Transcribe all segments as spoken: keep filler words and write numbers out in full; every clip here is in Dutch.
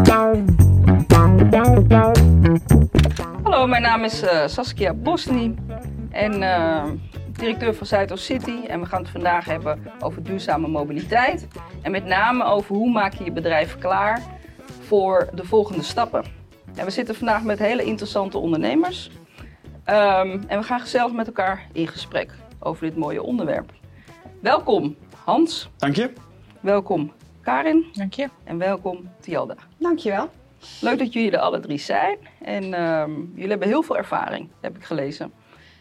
Hallo, mijn naam is uh, Saskia Bosny en uh, directeur van Zuidoost City. En we gaan het vandaag hebben over duurzame mobiliteit. En met name over hoe maak je je bedrijf klaar voor de volgende stappen. En we zitten vandaag met hele interessante ondernemers. Um, en we gaan gezellig met elkaar in gesprek over dit mooie onderwerp. Welkom Hans. Dank je. Welkom Karin. Dank je. En welkom Tjalda. Dank je wel. Leuk dat jullie er alle drie zijn. En um, jullie hebben heel veel ervaring, heb ik gelezen.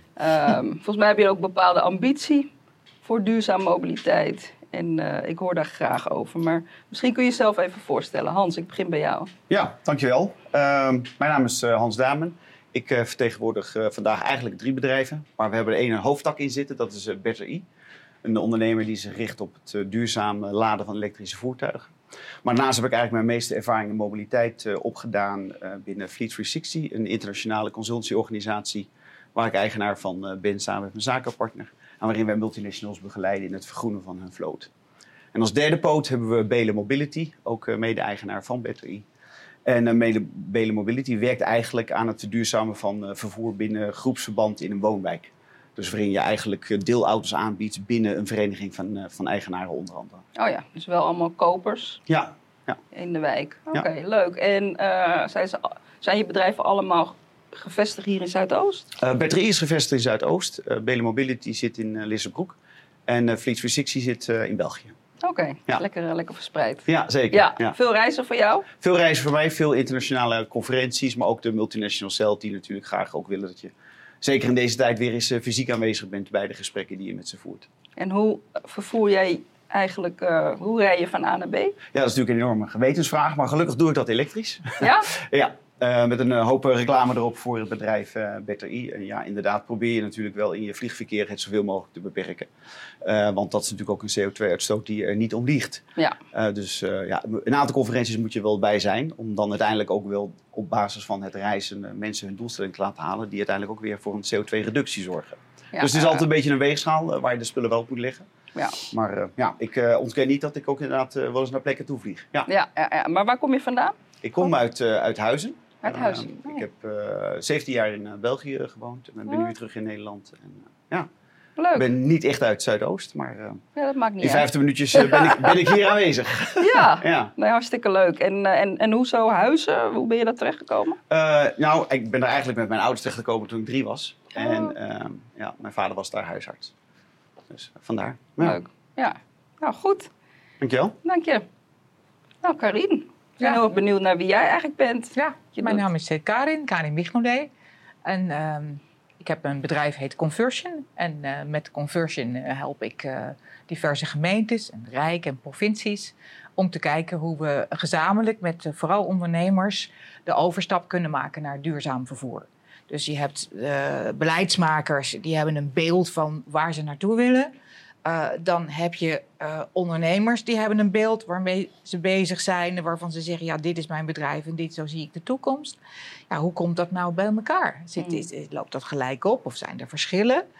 Um, volgens mij heb je ook bepaalde ambitie voor duurzame mobiliteit. En uh, ik hoor daar graag over. Maar misschien kun je jezelf even voorstellen. Hans, ik begin bij jou. Ja, dankjewel. Uh, mijn naam is uh, Hans Damen. Ik uh, vertegenwoordig uh, vandaag eigenlijk drie bedrijven. Maar we hebben er één een hoofdtak in zitten. Dat is uh, Battery. Een ondernemer die zich richt op het uh, duurzaam laden van elektrische voertuigen. Maar daarnaast heb ik eigenlijk mijn meeste ervaring in mobiliteit uh, opgedaan uh, binnen Fleet driehonderdzestig. Een internationale consultieorganisatie waar ik eigenaar van uh, ben samen met mijn zakenpartner. En waarin wij multinationals begeleiden in het vergroenen van hun vloot. En als derde poot hebben we Belen Mobility, ook uh, mede-eigenaar van Battery. En uh, Belen Mobility werkt eigenlijk aan het verduurzamen van uh, vervoer binnen groepsverband in een woonwijk. Dus waarin je eigenlijk deelauto's aanbiedt binnen een vereniging van, uh, van eigenaren onder andere. Oh ja, dus wel allemaal kopers ja, ja. in de wijk. Oké, okay, ja. leuk. En uh, zijn, ze, zijn je bedrijven allemaal gevestigd hier in Zuidoost? Uh, Battery is gevestigd in Zuidoost. Uh, Belen Mobility zit in uh, Lissabroek. En uh, Fleet driehonderdzestig zit uh, in België. Oké, okay, ja. lekker, lekker verspreid. Ja, zeker. Ja, ja. Veel reizen voor jou? Veel reizen voor mij, veel internationale conferenties. Maar ook de multinational cell die natuurlijk graag ook willen dat je zeker in deze tijd weer eens uh, fysiek aanwezig bent bij de gesprekken die je met ze voert. En hoe vervoer jij eigenlijk, uh, hoe rij je van A naar B? Ja, dat is natuurlijk een enorme gewetensvraag, maar gelukkig doe ik dat elektrisch. Ja? Ja, uh, met een uh, hoop reclame erop voor het bedrijf uh, Battery. En ja, inderdaad probeer je natuurlijk wel in je vliegverkeer het zoveel mogelijk te beperken. Uh, want dat is natuurlijk ook een C O twee uitstoot die er niet om liegt. Ja. Uh, dus uh, ja, een aantal conferenties moet je wel bij zijn, om dan uiteindelijk ook wel op basis van het reizen uh, mensen hun doelstelling te laten halen, die uiteindelijk ook weer voor een C O twee reductie zorgen. Ja, dus het is uh, altijd een beetje een weegschaal uh, waar je de spullen wel op moet leggen. Ja. Maar uh, ja, ik uh, ontken niet dat ik ook inderdaad uh, wel eens naar plekken toe vlieg. Ja. Ja, ja, ja. Maar waar kom je vandaan? Ik kom oh. uit, uh, uit Huizen. Uit Huizen? Uh, oh. Ik heb uh, zeventien jaar in uh, België gewoond en ben oh. nu weer terug in Nederland. En, uh, ja. Leuk. Ik ben niet echt uit Zuidoost, maar uh, ja, dat maakt niet in vijftig minuutjes uh, ben, ik, ben ik hier aanwezig. Ja, ja. Nee, hartstikke leuk. En, uh, en, en hoezo Huizen? Hoe ben je daar terechtgekomen? Uh, nou, ik ben daar eigenlijk met mijn ouders terechtgekomen toen ik drie was. Oh. En uh, ja, mijn vader was daar huisarts. Dus uh, vandaar. Ja. Leuk. Ja, nou goed. Dankjewel. Dank je. Nou, Karin. Ik ben ja. heel benieuwd naar wie jij eigenlijk bent. Ja, je mijn doet. naam is Karin, Karin Wignodé. En um, ik heb een bedrijf heet Conversion. En uh, met Conversion uh, help ik uh, diverse gemeentes, en Rijk en provincies om te kijken hoe we gezamenlijk met uh, vooral ondernemers de overstap kunnen maken naar duurzaam vervoer. Dus je hebt uh, beleidsmakers, die hebben een beeld van waar ze naartoe willen. Uh, dan heb je uh, ondernemers die hebben een beeld waarmee ze bezig zijn, waarvan ze zeggen, ja, dit is mijn bedrijf en dit, zo zie ik de toekomst. Ja, hoe komt dat nou bij elkaar? Zit, mm. is, loopt dat gelijk op of zijn er verschillen? Um,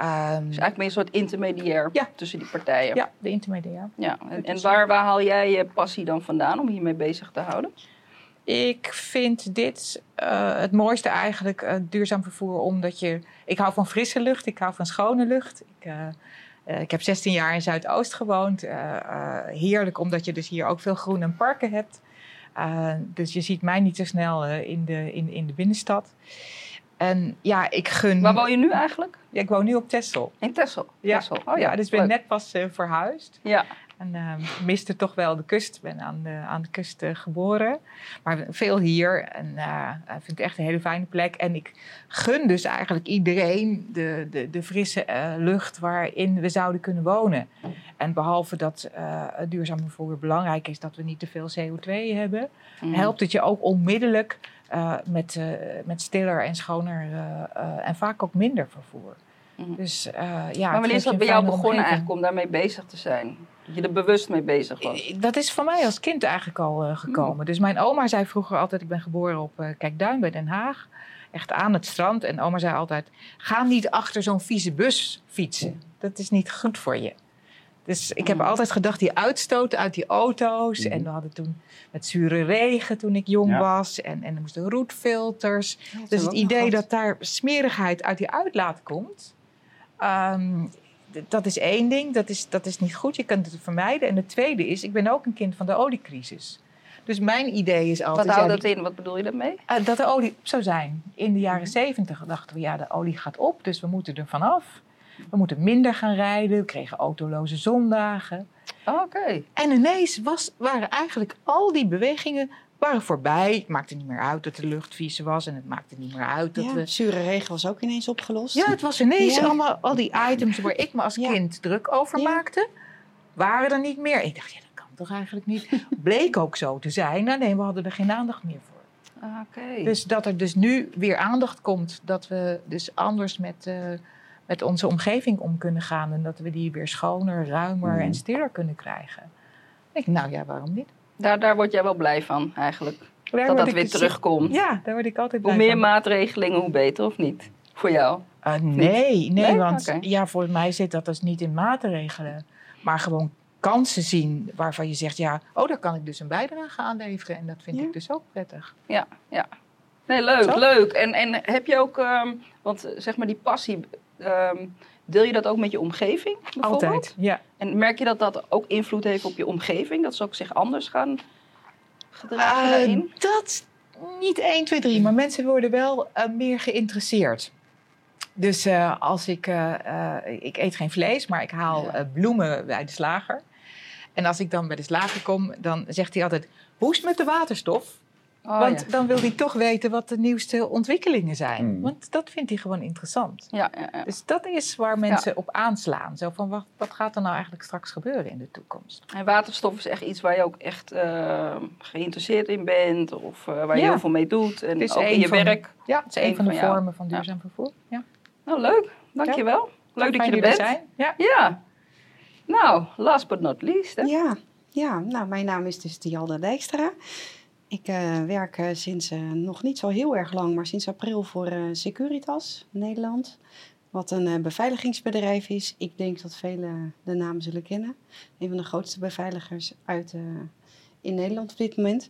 dus eigenlijk meer een soort intermediair ja. tussen die partijen. Ja, de intermediair. Ja. En, en waar, waar haal jij je passie dan vandaan om hiermee bezig te houden? Ik vind dit uh, het mooiste eigenlijk, uh, duurzaam vervoer, omdat je... Ik hou van frisse lucht, ik hou van schone lucht. Ik, uh, uh, ik heb zestien jaar in Zuidoost gewoond. Uh, uh, heerlijk, omdat je dus hier ook veel groen en parken hebt. Uh, dus je ziet mij niet zo snel uh, in, de, in, in de binnenstad. En ja, ik gun... Waar woon je nu eigenlijk? Ja, ik woon nu op Texel. In Texel? Ja, Texel. Oh, ja dus ik ben leuk. net pas uh, verhuisd. Ja. En uh, miste toch wel de kust. Ik ben aan de, aan de kust uh, geboren. Maar veel hier. En uh, ik vind het echt een hele fijne plek. En ik gun dus eigenlijk iedereen de, de, de frisse uh, lucht waarin we zouden kunnen wonen. En behalve dat uh, het duurzaam vervoer belangrijk is dat we niet te veel C O twee hebben, mm. helpt het je ook onmiddellijk uh, met, uh, met stiller en schoner uh, uh, en vaak ook minder vervoer. Mm. Dus, uh, ja, maar wanneer is dat bij jou begonnen omgeving. eigenlijk om daarmee bezig te zijn? Dat je er bewust mee bezig was? Dat is van mij als kind eigenlijk al uh, gekomen. Mm. Dus mijn oma zei vroeger altijd, ik ben geboren op uh, Kijkduin bij Den Haag. Echt aan het strand. En oma zei altijd, ga niet achter zo'n vieze bus fietsen. Dat is niet goed voor je. Dus ik heb Mm. altijd gedacht, die uitstoot uit die auto's. Mhm. En we hadden toen met zure regen toen ik jong Ja. was. En, en er moesten roetfilters. Ja, dat Dus hebben het we ook nog idee gehad. dat daar smerigheid uit die uitlaat komt... Um, d- dat is één ding, dat is, dat is niet goed. Je kunt het vermijden. En het tweede is, ik ben ook een kind van de oliecrisis. Dus mijn idee is altijd... Wat houdt ja, dat in? Wat bedoel je daarmee? uh, dat de olie op zou zijn. In de jaren zeventig dachten we, ja, de olie gaat op, dus we moeten er vanaf. We moeten minder gaan rijden. We kregen autoloze zondagen. Oh, Oké. En ineens was, waren eigenlijk al die bewegingen waren voorbij. Het maakte niet meer uit dat de lucht vies was. En het maakte niet meer uit dat Ja, we... zure regen was ook ineens opgelost. Ja, het was ineens Ja. allemaal al die items waar ik me als Ja. kind druk over Ja. maakte, waren er niet meer. Ik dacht, ja, dat kan toch eigenlijk niet. Bleek ook zo te zijn. Nou, nee, we hadden er geen aandacht meer voor. Ah, Oké. Dus dat er dus nu weer aandacht komt, dat we dus anders met, uh, met onze omgeving om kunnen gaan en dat we die weer schoner, ruimer Mhm. en stiller kunnen krijgen. Ik denk, nou ja, waarom niet? Daar, daar word jij wel blij van, eigenlijk. Daar Dat word dat ik weer dus- terugkomt. Ja, daar word ik altijd Hoe blij meer van. maatregelingen, hoe beter, of niet? Voor jou? Uh, nee, nee, Nee? want Oké. ja, volgens mij zit dat dus niet in maatregelen. Maar gewoon kansen zien waarvan je zegt, ja, oh, daar kan ik dus een bijdrage aan leveren. En dat vind Ja. ik dus ook prettig. Ja, ja. Nee, leuk, Zo? leuk. En, en heb je ook, ehm, want eh, zeg maar die passie, ehm, deel je dat ook met je omgeving bijvoorbeeld? Altijd, ja. En merk je dat dat ook invloed heeft op je omgeving? Dat ze ook zich anders gaan gedragen Uh, daarin? dat niet één, twee, drie, maar mensen worden wel uh, meer geïnteresseerd. Dus uh, als ik, uh, uh, ik eet geen vlees, maar ik haal uh, bloemen bij de slager. En als ik dan bij de slager kom, dan zegt hij altijd, hoe is het met de waterstof? Oh, Want ja. dan wil hij toch weten wat de nieuwste ontwikkelingen zijn. Mm. Want dat vindt hij gewoon interessant. Ja, ja, ja. Dus dat is waar mensen op aanslaan. Zo van, wat, wat gaat er nou eigenlijk straks gebeuren in de toekomst? En waterstof is echt iets waar je ook echt uh, geïnteresseerd in bent of uh, waar je Ja. heel veel mee doet. En Het is ook in één je van- werk. Ja, het is Eén een van de van jou. vormen van duurzaam vervoer. Ja. Nou, leuk. Dankjewel. Leuk dat Fijn je er jullie bent. zijn. Ja. Ja. Nou, last but not least. Hè? Ja, ja, nou, mijn naam is dus Tialda Dijkstra. Ik uh, werk uh, sinds uh, nog niet zo heel erg lang, maar sinds april voor uh, Securitas Nederland. Wat een uh, beveiligingsbedrijf is. Ik denk dat velen de naam zullen kennen. Een van de grootste beveiligers uit, uh, in Nederland op dit moment.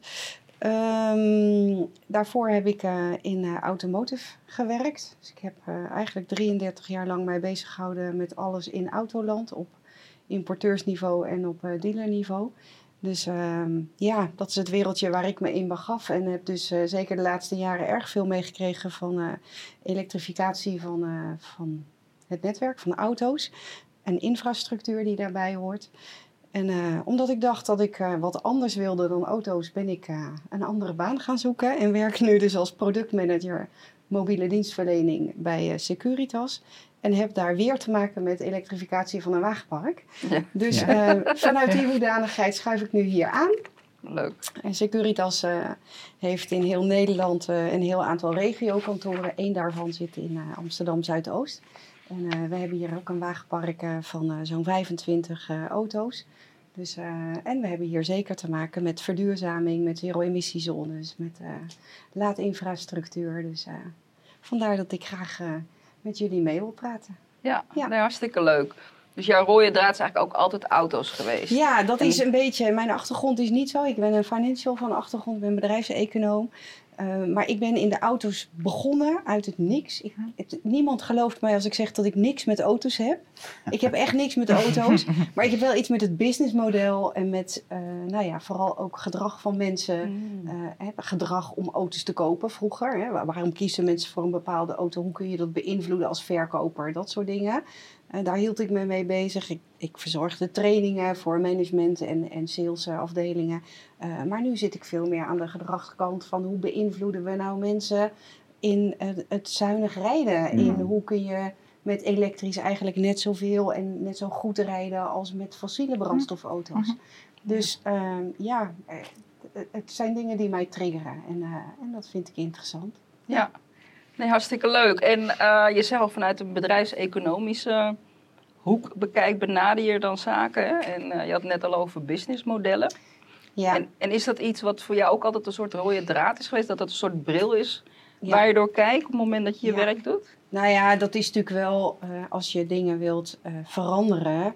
Um, daarvoor heb ik uh, in uh, automotive gewerkt. Dus ik heb uh, eigenlijk drieëndertig jaar lang mij bezig gehouden met alles in autoland. Op importeursniveau en op uh, dealerniveau. Dus uh, ja, dat is het wereldje waar ik me in begaf. En heb dus uh, zeker de laatste jaren erg veel meegekregen van uh, elektrificatie van, uh, van het netwerk, van auto's. En infrastructuur die daarbij hoort. En uh, omdat ik dacht dat ik uh, wat anders wilde dan auto's, ben ik uh, een andere baan gaan zoeken. En werk nu dus als productmanager mobiele dienstverlening bij uh, Securitas. En heb daar weer te maken met elektrificatie van een wagenpark. Ja. Dus Ja. uh, vanuit die hoedanigheid schuif ik nu hier aan. Leuk. En Securitas uh, heeft in heel Nederland uh, een heel aantal regiokantoren. Eén daarvan zit in uh, Amsterdam Zuidoost. En uh, we hebben hier ook een wagenpark uh, van uh, zo'n vijfentwintig uh, auto's. Dus, uh, en we hebben hier zeker te maken met verduurzaming, met zero-emissiezones, met uh, laadinfrastructuur. Dus uh, vandaar dat ik graag uh, met jullie mee wil praten. Ja, Ja. Nee, hartstikke leuk. Dus jouw rode draad is eigenlijk ook altijd auto's geweest. Ja, dat En- is een beetje, mijn achtergrond is niet zo. Ik ben een financial van achtergrond, ik ben bedrijfseconoom. Uh, maar ik ben in de auto's begonnen uit het niks. Ik, het, niemand gelooft mij als ik zeg dat ik niks met auto's heb. Ik heb echt niks met auto's. Maar ik heb wel iets met het businessmodel en met uh, nou ja, vooral ook gedrag van mensen. Mm. Uh, hè, gedrag om auto's te kopen vroeger. Hè. Waar- Waarom kiezen mensen voor een bepaalde auto? Hoe kun je dat beïnvloeden als verkoper? Dat soort dingen. Uh, daar hield ik me mee bezig. Ik, ik verzorgde trainingen voor management en, en salesafdelingen. Uh, maar nu zit ik veel meer aan de gedragskant van hoe beïnvloeden we nou mensen in uh, het zuinig rijden. In hoe kun je met elektrisch eigenlijk net zoveel en net zo goed rijden als met fossiele brandstofauto's. Dus uh, ja, uh, het zijn dingen die mij triggeren en, uh, en dat vind ik interessant. Ja, nee, hartstikke leuk. En uh, je zegt al vanuit een bedrijfseconomische hoek bekijkt, benader je dan zaken. Hè? En uh, je had het net al over businessmodellen. Ja, En, en is dat iets wat voor jou ook altijd een soort rode draad is geweest? Dat dat een soort bril is ja. waar je door kijkt op het moment dat je je Ja. werk doet? Nou ja, dat is natuurlijk wel, uh, als je dingen wilt uh, veranderen,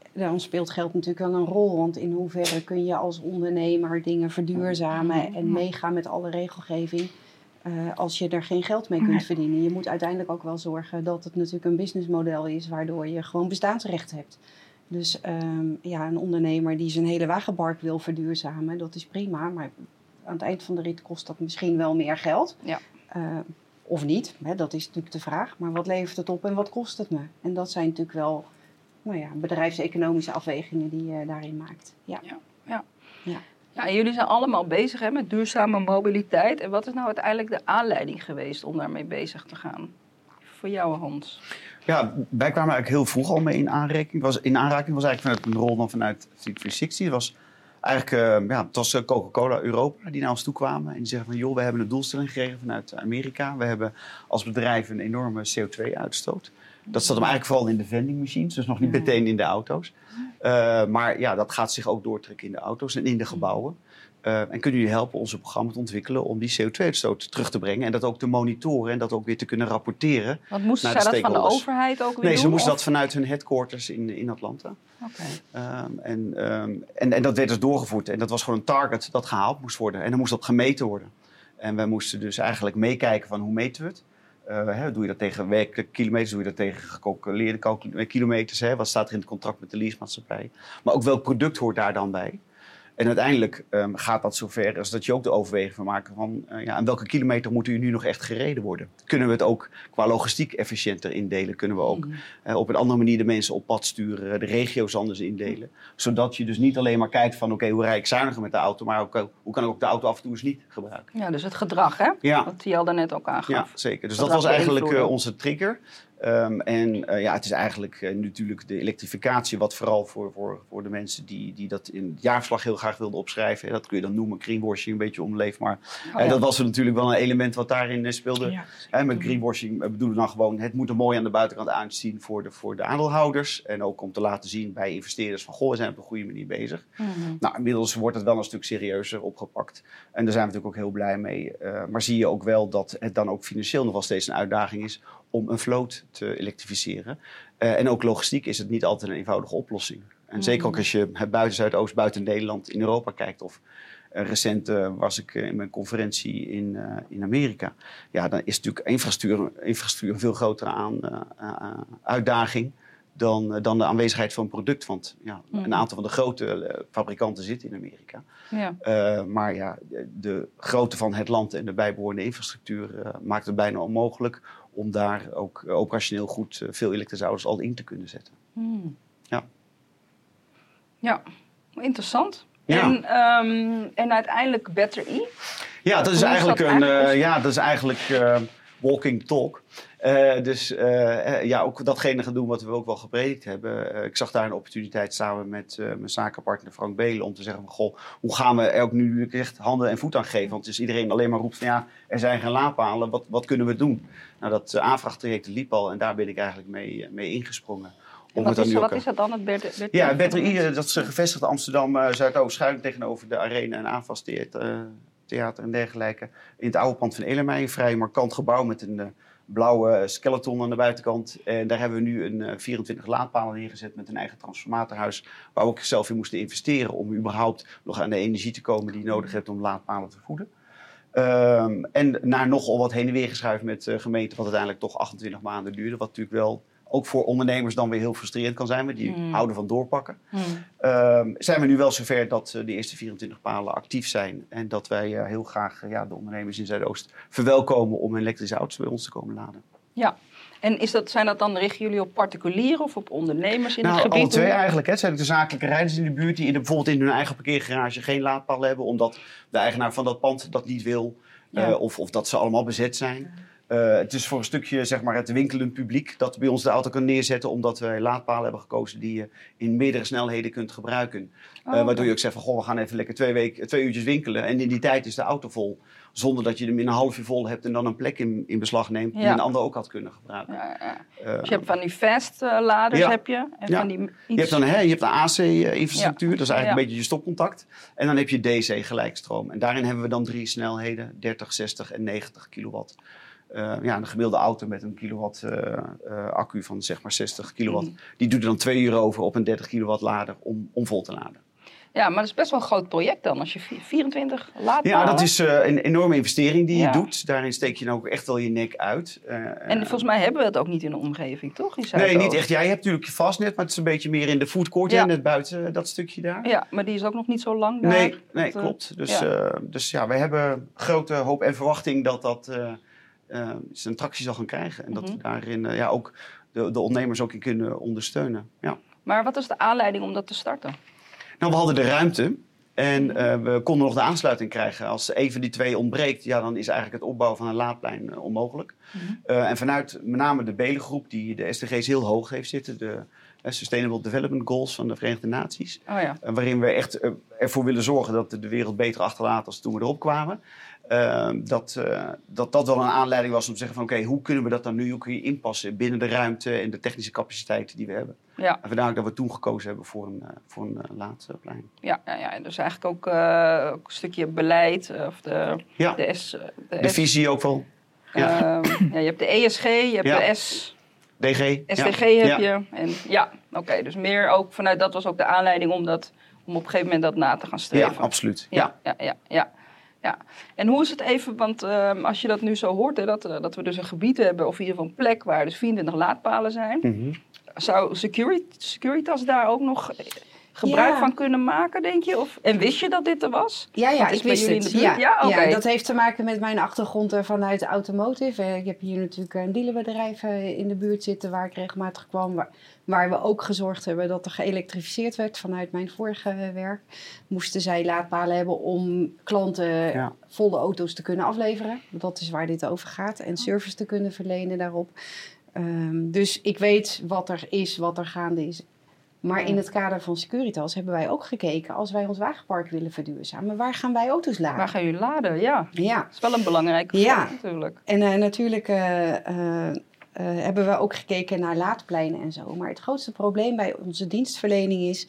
dan speelt geld natuurlijk wel een rol. Want in hoeverre kun je als ondernemer dingen verduurzamen en meegaan met alle regelgeving, uh, als je er geen geld mee kunt verdienen. Je moet uiteindelijk ook wel zorgen dat het natuurlijk een businessmodel is waardoor je gewoon bestaansrecht hebt. Dus um, ja, een ondernemer die zijn hele wagenpark wil verduurzamen, dat is prima. Maar aan het eind van de rit kost dat misschien wel meer geld. Ja. Uh, of niet, hè, dat is natuurlijk de vraag. Maar wat levert het op en wat kost het me? En dat zijn natuurlijk wel nou ja, bedrijfseconomische afwegingen die je daarin maakt. Ja. Ja, ja. Ja. Ja, en jullie zijn allemaal bezig hè, met duurzame mobiliteit. En wat is nou uiteindelijk de aanleiding geweest om daarmee bezig te gaan? Voor jou, Hans. Ja, wij kwamen eigenlijk heel vroeg al mee in aanraking. Was, in aanraking was eigenlijk vanuit een rol dan vanuit Fit driehonderdzestig. Het was eigenlijk, uh, ja, het was Coca-Cola Europa die naar ons toe kwamen. En die zeggen van, joh, we hebben een doelstelling gekregen vanuit Amerika. We hebben als bedrijf een enorme C O twee uitstoot. Dat zat hem eigenlijk vooral in de vending machines, dus nog niet meteen in de auto's. Uh, maar ja, dat gaat zich ook doortrekken in de auto's en in de gebouwen. Uh, en kunnen jullie helpen onze programma te ontwikkelen om die C O twee uitstoot terug te brengen. En dat ook te monitoren en dat ook weer te kunnen rapporteren. Want moesten zij dat van de overheid ook weer Nee, doen? ze moesten of? dat vanuit hun headquarters in, in Atlanta. Okay. Um, en, um, en, en dat werd dus doorgevoerd. En dat was gewoon een target dat gehaald moest worden. En dan moest dat gemeten worden. En wij moesten dus eigenlijk meekijken van hoe meten we het. Uh, hè, doe je dat tegen werkelijke kilometers, doe je dat tegen gecalculeerde kilometers? Hè? Wat staat er in het contract met de leasemaatschappij? Maar ook welk product hoort daar dan bij? En uiteindelijk um, gaat dat zover als dat je ook de overweging van maken van uh, ja, aan welke kilometer moet u nu nog echt gereden worden? Kunnen we het ook qua logistiek efficiënter indelen? Kunnen we ook uh, op een andere manier de mensen op pad sturen, de regio's anders indelen? Zodat je dus niet alleen maar kijkt van oké, okay, hoe rijd ik zuiniger met de auto, maar ook, uh, hoe kan ik ook de auto af en toe eens niet gebruiken? Ja, dus het gedrag, hè? Ja. Wat Tial daarnet ook aangaf. Ja, zeker. Dus Gedrag dat was eigenlijk beïnvloeden. uh, onze trigger. Um, en uh, ja, het is eigenlijk uh, natuurlijk de elektrificatie, wat vooral voor, voor, voor de mensen die, die dat in het jaarverslag heel graag wilden opschrijven. Hè, dat kun je dan noemen greenwashing, een beetje omleef. Maar Oh, uh, ja. dat was er natuurlijk wel een element wat daarin uh, speelde. Ja, Hè, met greenwashing uh, bedoelen we dan gewoon, het moet er mooi aan de buitenkant uitzien voor de, voor de aandeelhouders. En ook om te laten zien bij investeerders van, goh, we zijn op een goede manier bezig. Mm-hmm. Nou, inmiddels wordt het wel een stuk serieuzer opgepakt. En daar zijn we natuurlijk ook heel blij mee. Uh, maar zie je ook wel dat het dan ook financieel nog wel steeds een uitdaging is om een vloot te elektrificeren. Uh, en ook logistiek is het niet altijd een eenvoudige oplossing. En mm. zeker ook als je buiten Zuidoost, buiten Nederland, in Europa kijkt. Of uh, recent uh, was ik uh, in mijn conferentie in, uh, in Amerika. Ja, dan is natuurlijk infrastructuur, infrastructuur een veel grotere aan, uh, uh, uitdaging dan, uh, dan de aanwezigheid van een product. Want ja, mm. een aantal van de grote uh, fabrikanten zitten in Amerika. Ja. Uh, maar ja, de grootte van het land en de bijbehorende infrastructuur uh, maakt het bijna onmogelijk om daar ook uh, operationeel goed uh, veel elektrische auto's al in te kunnen zetten. Hmm. Ja. Ja, interessant. Ja. En, um, en uiteindelijk Battery. Ja, dat is Hoe eigenlijk dat een eigenlijk? uh, ja, dat is eigenlijk uh, walking talk. Uh, dus uh, ja, ook datgene gaan doen wat we ook wel gepredikt hebben. Uh, ik zag daar een opportuniteit samen met uh, mijn zakenpartner Frank Belen om te zeggen van, goh, hoe gaan we er ook nu echt handen en voet aan geven? Want dus iedereen alleen maar roept van ja, er zijn geen laadpalen, wat, wat kunnen we doen? Nou, dat uh, aanvraagtraject liep al en daar ben ik eigenlijk mee, uh, mee ingesprongen. En wat, is, wat is dat dan, het Battery? Ja, het Battery, uh, dat is gevestigd in Amsterdam uh, Zuidoost, schuin tegenover de Arena en Aanvastheater uh, theater en dergelijke. In het oude pand van Elermij, een vrij markant gebouw met een uh, blauwe skeleton aan de buitenkant. En daar hebben we nu een uh, vierentwintig laadpalen neergezet met een eigen transformatorhuis. Waar we ook zelf in moesten investeren om überhaupt nog aan de energie te komen die je nodig hebt om laadpalen te voeden. Um, en na nogal wat heen en weer geschuift met uh, gemeenten, wat uiteindelijk toch achtentwintig maanden duurde. Wat natuurlijk wel ook voor ondernemers dan weer heel frustrerend kan zijn, maar die mm. houden van doorpakken. Mm. Um, zijn we nu wel zover dat uh, de eerste vierentwintig palen actief zijn. En dat wij uh, heel graag uh, ja, de ondernemers in Zuidoost verwelkomen om hun elektrische auto's bij ons te komen laden. Ja, en is dat, zijn dat dan, richten jullie op particulieren of op ondernemers in nou, het gebied? Alle twee eigenlijk. Hè. Het zijn ook de zakelijke rijders in de buurt die in de, bijvoorbeeld in hun eigen parkeergarage geen laadpaal hebben, omdat de eigenaar van dat pand dat niet wil. Ja. Uh, of, of dat ze allemaal bezet zijn. Uh, het is voor een stukje zeg maar, het winkelend publiek dat bij ons de auto kan neerzetten, omdat wij laadpalen hebben gekozen die je in meerdere snelheden kunt gebruiken. Uh, oh, okay. Waardoor je ook zegt van, goh, we gaan even lekker twee, week, twee uurtjes winkelen en in die tijd is de auto vol. Zonder dat je hem in een half uur vol hebt en dan een plek in, in beslag neemt die ja. een ander ook had kunnen gebruiken. Ja, ja. Uh, dus je hebt van die fast uh, laders ja. heb je. En ja. van die iets... Je hebt dan hè, je hebt de A C-infrastructuur, ja. dat is eigenlijk ja. een beetje je stopcontact. En dan heb je D C gelijkstroom. En daarin hebben we dan drie snelheden, dertig, zestig en negentig kilowatt. Uh, ja, een gemiddelde auto met een kilowatt uh, uh, accu van zeg maar zestig kilowatt... Mm. die doet er dan twee uur over op een dertig kilowatt lader om, om vol te laden. Ja, maar dat is best wel een groot project dan, als je vierentwintig laadpalen... Ja, dat is uh, een enorme investering die ja. je doet. Daarin steek je dan ook echt wel je nek uit. Uh, en volgens mij hebben we het ook niet in de omgeving, toch? Je nee, niet echt. Jij hebt natuurlijk je Fastnet, maar het is een beetje meer in de foodcourt, ja. net buiten dat stukje daar. Ja, maar die is ook nog niet zo lang daar. Nee, nee dat, klopt. Dus ja. Uh, dus ja, wij hebben grote hoop en verwachting dat dat uh, uh, zijn tractie zal gaan krijgen. En mm-hmm. dat we daarin uh, ja, ook de, de ondernemers ook in kunnen ondersteunen. Ja. Maar wat is de aanleiding om dat te starten? Nou, we hadden de ruimte. En uh, we konden nog de aansluiting krijgen. Als even die twee ontbreekt, ja, dan is eigenlijk het opbouwen van een laadplein uh, onmogelijk. Mm-hmm. Uh, en vanuit met name de Belengroep, die de S D G's heel hoog heeft zitten, de uh, Sustainable Development Goals van de Verenigde Naties, oh ja. uh, waarin we echt uh, ervoor willen zorgen dat de wereld beter achterlaat als toen we erop kwamen. Uh, dat, uh, dat dat wel een aanleiding was om te zeggen van oké, okay, hoe kunnen we dat dan nu, hoe kun je inpassen binnen de ruimte en de technische capaciteiten die we hebben. Ja. En vandaar dat we toen gekozen hebben voor een, uh, voor een uh, laadplein. Ja, ja, ja, dus eigenlijk ook, uh, ook een stukje beleid, uh, of de, ja. de S... De, de S, visie ook wel. Ja. Uh, ja, je hebt de E S G, je hebt ja. de S... D G. S D G ja. heb ja. je. En ja, oké, okay, dus meer ook vanuit, dat was ook de aanleiding om, dat, om op een gegeven moment dat na te gaan streven. Ja, absoluut. Ja, ja, ja, ja. ja. Ja, en hoe is het even, want uh, als je dat nu zo hoort, hè, dat, uh, dat we dus een gebied hebben, of in ieder geval een plek waar dus vierentwintig laadpalen zijn. Mm-hmm. Zou Security, Securitas daar ook nog gebruik ja. van kunnen maken, denk je? Of, en wist je dat dit er was? Ja, ja, ik wist het. Ja, ja, okay. ja, dat heeft te maken met mijn achtergrond uh, vanuit de automotive. Uh, ik heb hier natuurlijk een dealerbedrijf uh, in de buurt zitten waar ik regelmatig kwam. Waar, waar we ook gezorgd hebben dat er geëlektrificeerd werd vanuit mijn vorige uh, werk. Moesten zij laadpalen hebben om klanten ja. volle auto's te kunnen afleveren. Dat is waar dit over gaat. En service te kunnen verlenen daarop. Um, dus ik weet wat er is, wat er gaande is. Maar in het kader van Securitas hebben wij ook gekeken, als wij ons wagenpark willen verduurzamen, waar gaan wij auto's laden? Waar gaan jullie laden? Ja. ja. Dat is wel een belangrijke vraag ja. natuurlijk. En uh, natuurlijk uh, uh, uh, hebben we ook gekeken naar laadpleinen en zo. Maar het grootste probleem bij onze dienstverlening is,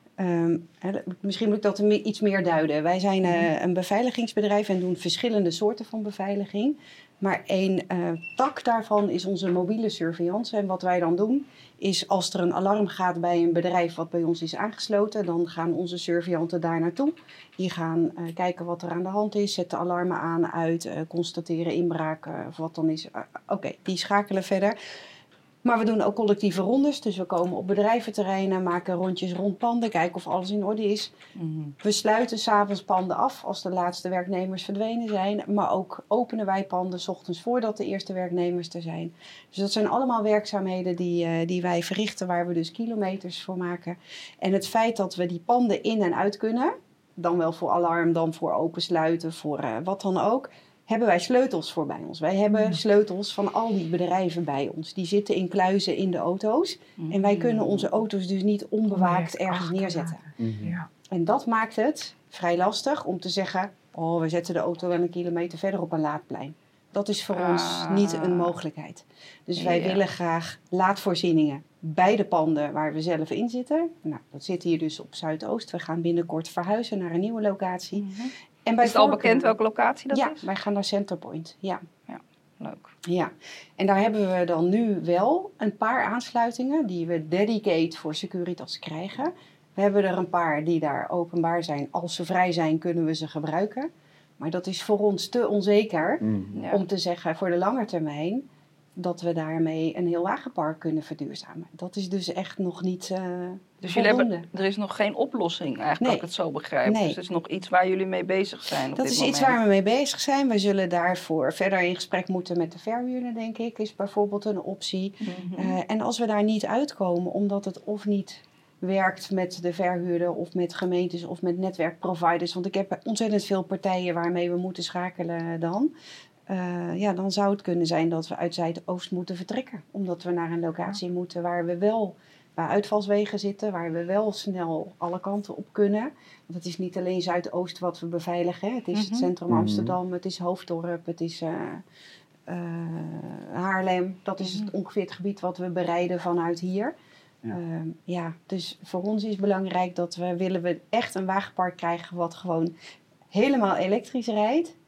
um, misschien moet ik dat iets meer duiden. Wij zijn uh, een beveiligingsbedrijf en doen verschillende soorten van beveiliging. Maar één uh, tak daarvan is onze mobiele surveillance. En wat wij dan doen, is als er een alarm gaat bij een bedrijf wat bij ons is aangesloten, dan gaan onze surveillanten daar naartoe. Die gaan uh, kijken wat er aan de hand is, zetten alarmen aan, uit, uh, constateren inbraak uh, of wat dan is. Uh, Oké, okay, die schakelen verder. Maar we doen ook collectieve rondes. Dus we komen op bedrijventerreinen, maken rondjes rond panden, kijken of alles in orde is. Mm-hmm. We sluiten 's avonds panden af als de laatste werknemers verdwenen zijn. Maar ook openen wij panden 's ochtends voordat de eerste werknemers er zijn. Dus dat zijn allemaal werkzaamheden die, uh, die wij verrichten, waar we dus kilometers voor maken. En het feit dat we die panden in en uit kunnen, dan wel voor alarm, dan voor opensluiten, voor uh, wat dan ook, hebben wij sleutels voor bij ons. Wij hebben sleutels van al die bedrijven bij ons. Die zitten in kluizen in de auto's. Mm. En wij kunnen onze auto's dus niet onbewaakt ergens neerzetten. Mm-hmm. Ja. En dat maakt het vrij lastig om te zeggen, oh, we zetten de auto wel een kilometer verder op een laadplein. Dat is voor ah. ons niet een mogelijkheid. Dus wij ja. willen graag laadvoorzieningen bij de panden waar we zelf in zitten. Nou, dat zit hier dus op Zuidoost. We gaan binnenkort verhuizen naar een nieuwe locatie. Mm-hmm. En is het al bekend welke locatie dat ja, is? Ja, wij gaan naar Centerpoint. Ja. ja, leuk. Ja, en daar hebben we dan nu wel een paar aansluitingen die we dedicate voor Securitas krijgen. We hebben er een paar die daar openbaar zijn. Als ze vrij zijn, kunnen we ze gebruiken. Maar dat is voor ons te onzeker mm. ja. om te zeggen voor de lange termijn dat we daarmee een heel wagenpark kunnen verduurzamen. Dat is dus echt nog niet uh, Dus jullie hebben, er is nog geen oplossing eigenlijk, nee. als ik het zo begrijp. Nee. Dus het is nog iets waar jullie mee bezig zijn op Dat dit is moment. iets waar we mee bezig zijn. We zullen daarvoor verder in gesprek moeten met de verhuurder, denk ik. Is bijvoorbeeld een optie. Mm-hmm. Uh, en als we daar niet uitkomen, omdat het of niet werkt met de verhuurder of met gemeentes of met netwerkproviders. Want ik heb ontzettend veel partijen waarmee we moeten schakelen dan. Uh, ja, dan zou het kunnen zijn dat we uit Zuidoost moeten vertrekken. Omdat we naar een locatie moeten waar we wel, waar uitvalswegen zitten, waar we wel snel alle kanten op kunnen. Want het is niet alleen Zuidoost wat we beveiligen. Hè. Het is mm-hmm. het centrum Amsterdam, het is Hoofddorp, het is uh, uh, Haarlem. Dat is het, ongeveer het gebied wat we bereiden vanuit hier. Ja. Uh, ja, dus voor ons is belangrijk dat we, willen we echt een wagenpark krijgen wat gewoon helemaal elektrisch rijdt.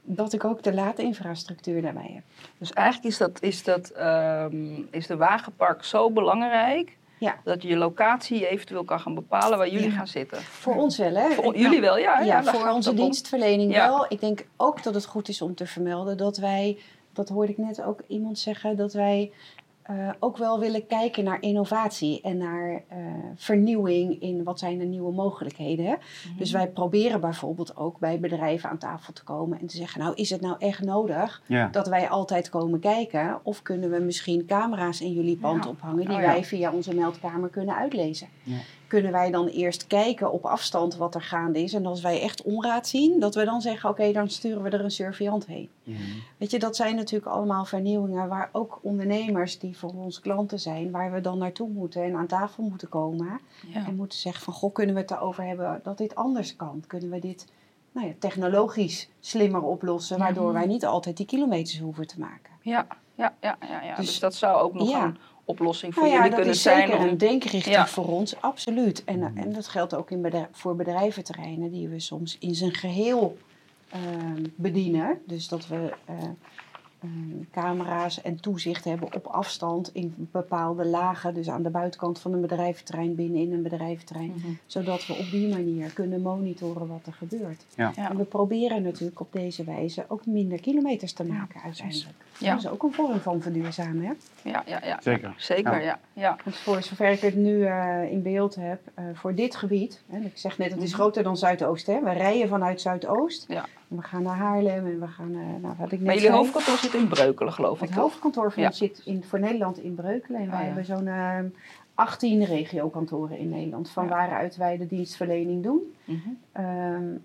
dat ik ook de laadinfrastructuur daarbij heb. Dus eigenlijk is, dat, is, dat, um, is de wagenpark zo belangrijk... Ja. Dat je je locatie eventueel kan gaan bepalen waar jullie ja. gaan zitten. Voor ons wel, hè? Voor jullie wel, ja. Ja, ja voor onze dienstverlening ja. wel. Ik denk ook dat het goed is om te vermelden dat wij... Dat hoorde ik net ook iemand zeggen, dat wij uh, ook wel willen kijken naar innovatie en naar uh, vernieuwing in wat zijn de nieuwe mogelijkheden. Hè? Mm-hmm. Dus wij proberen bijvoorbeeld ook bij bedrijven aan tafel te komen en te zeggen, nou is het nou echt nodig ja. dat wij altijd komen kijken? Of kunnen we misschien camera's in jullie pand ja. ophangen die oh, ja. wij via onze meldkamer kunnen uitlezen? Ja. Kunnen wij dan eerst kijken op afstand wat er gaande is. En als wij echt onraad zien, dat we dan zeggen, oké, okay, dan sturen we er een surveillant heen. Mm-hmm. Weet je, dat zijn natuurlijk allemaal vernieuwingen waar ook ondernemers die voor ons klanten zijn, waar we dan naartoe moeten en aan tafel moeten komen. Ja. En moeten zeggen van, goh, kunnen we het erover hebben dat dit anders kan? Kunnen we dit nou ja, technologisch slimmer oplossen, waardoor mm-hmm. wij niet altijd die kilometers hoeven te maken? Ja, ja, ja, ja, ja. Dus, dus dat zou ook nog ja. een oplossing voor nou ja, jullie kunnen zijn. Ja, dat is zeker om... een denkrichting ja. voor ons, absoluut. En, uh, en dat geldt ook in bedrijf, voor bedrijventerreinen die we soms in zijn geheel uh, bedienen. Dus dat we uh, uh, camera's en toezicht hebben op afstand in bepaalde lagen. Dus aan de buitenkant van een bedrijventerrein, binnenin een bedrijventerrein. Mm-hmm. Zodat we op die manier kunnen monitoren wat er gebeurt. Ja. Ja. En we proberen natuurlijk op deze wijze ook minder kilometers te maken ja, uiteindelijk. Ja. Dat is ook een vorm van verduurzamen, hè? Ja, ja, ja. Zeker. Zeker, ja. ja. ja. Dus voor zover ik het nu uh, in beeld heb, uh, voor dit gebied, hè, ik zeg net, het is groter dan Zuidoost, hè? We rijden vanuit Zuidoost. Ja. En we gaan naar Haarlem en we gaan, uh, nou wat ik net Maar jullie zei, hoofdkantoor zit in Breukelen, geloof ik. Het hoofdkantoor van ja. ons zit in, voor Nederland in Breukelen. En wij oh, ja. hebben zo'n uh, achttien regiokantoren in Nederland, van ja. waaruit wij de dienstverlening doen. Mm-hmm. Um,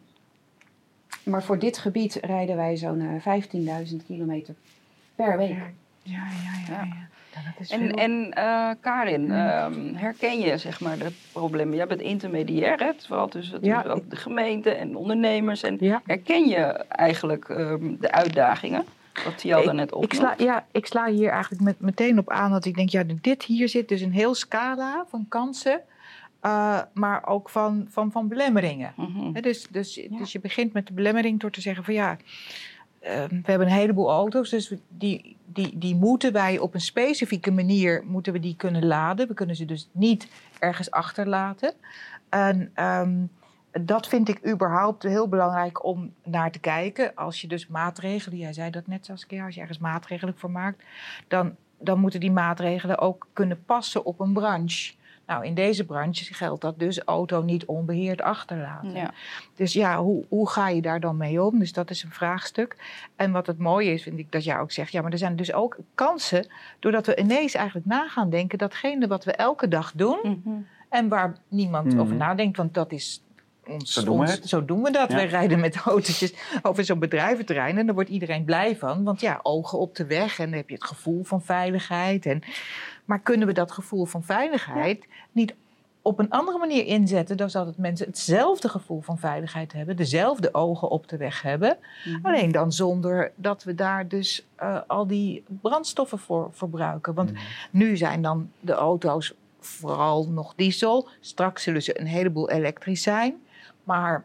maar voor dit gebied rijden wij zo'n uh, vijftienduizend kilometer per week. Ja, ja, ja. ja, ja. ja dat is en en uh, Karin, ja. um, herken je zeg maar de problemen? Jij bent intermediair, hè? Vooral tussen, tussen ja. ook de gemeente en ondernemers. En ja. herken je eigenlijk um, de uitdagingen? Wat Tial daar net op. Ik sla, ja, ik sla hier eigenlijk met, meteen op aan dat ik denk, ja, dit hier zit dus een heel scala van kansen. Uh, maar ook van, van, van belemmeringen. Mm-hmm. He, dus, dus, ja. dus je begint met de belemmering door te zeggen van ja, uh, we hebben een heleboel auto's, dus die, die, die moeten wij op een specifieke manier moeten we die kunnen laden. We kunnen ze dus niet ergens achterlaten. En um, dat vind ik überhaupt heel belangrijk om naar te kijken. Als je dus maatregelen, jij zei dat net Saskia, als je ergens maatregelen voor maakt, dan, dan moeten die maatregelen ook kunnen passen op een branche. Nou, in deze branche geldt dat dus auto niet onbeheerd achterlaten. Ja. Dus ja, hoe, hoe ga je daar dan mee om? Dus dat is een vraagstuk. En wat het mooie is, vind ik dat jij ook zegt, ja, maar er zijn dus ook kansen, doordat we ineens eigenlijk na gaan denken, datgene wat we elke dag doen, mm-hmm. en waar niemand mm-hmm. over nadenkt, want dat is ons, zo, doen ons, zo doen we dat. Ja. Wij rijden met autootjes over zo'n bedrijventerrein en daar wordt iedereen blij van, want ja, ogen op de weg en dan heb je het gevoel van veiligheid. En, maar kunnen we dat gevoel van veiligheid ja. niet op een andere manier inzetten, dan zodat mensen hetzelfde gevoel van veiligheid hebben, dezelfde ogen op de weg hebben, mm-hmm. alleen dan zonder dat we daar dus uh, al die brandstoffen voor verbruiken. Want mm-hmm. nu zijn dan de auto's vooral nog diesel, straks zullen ze een heleboel elektrisch zijn, maar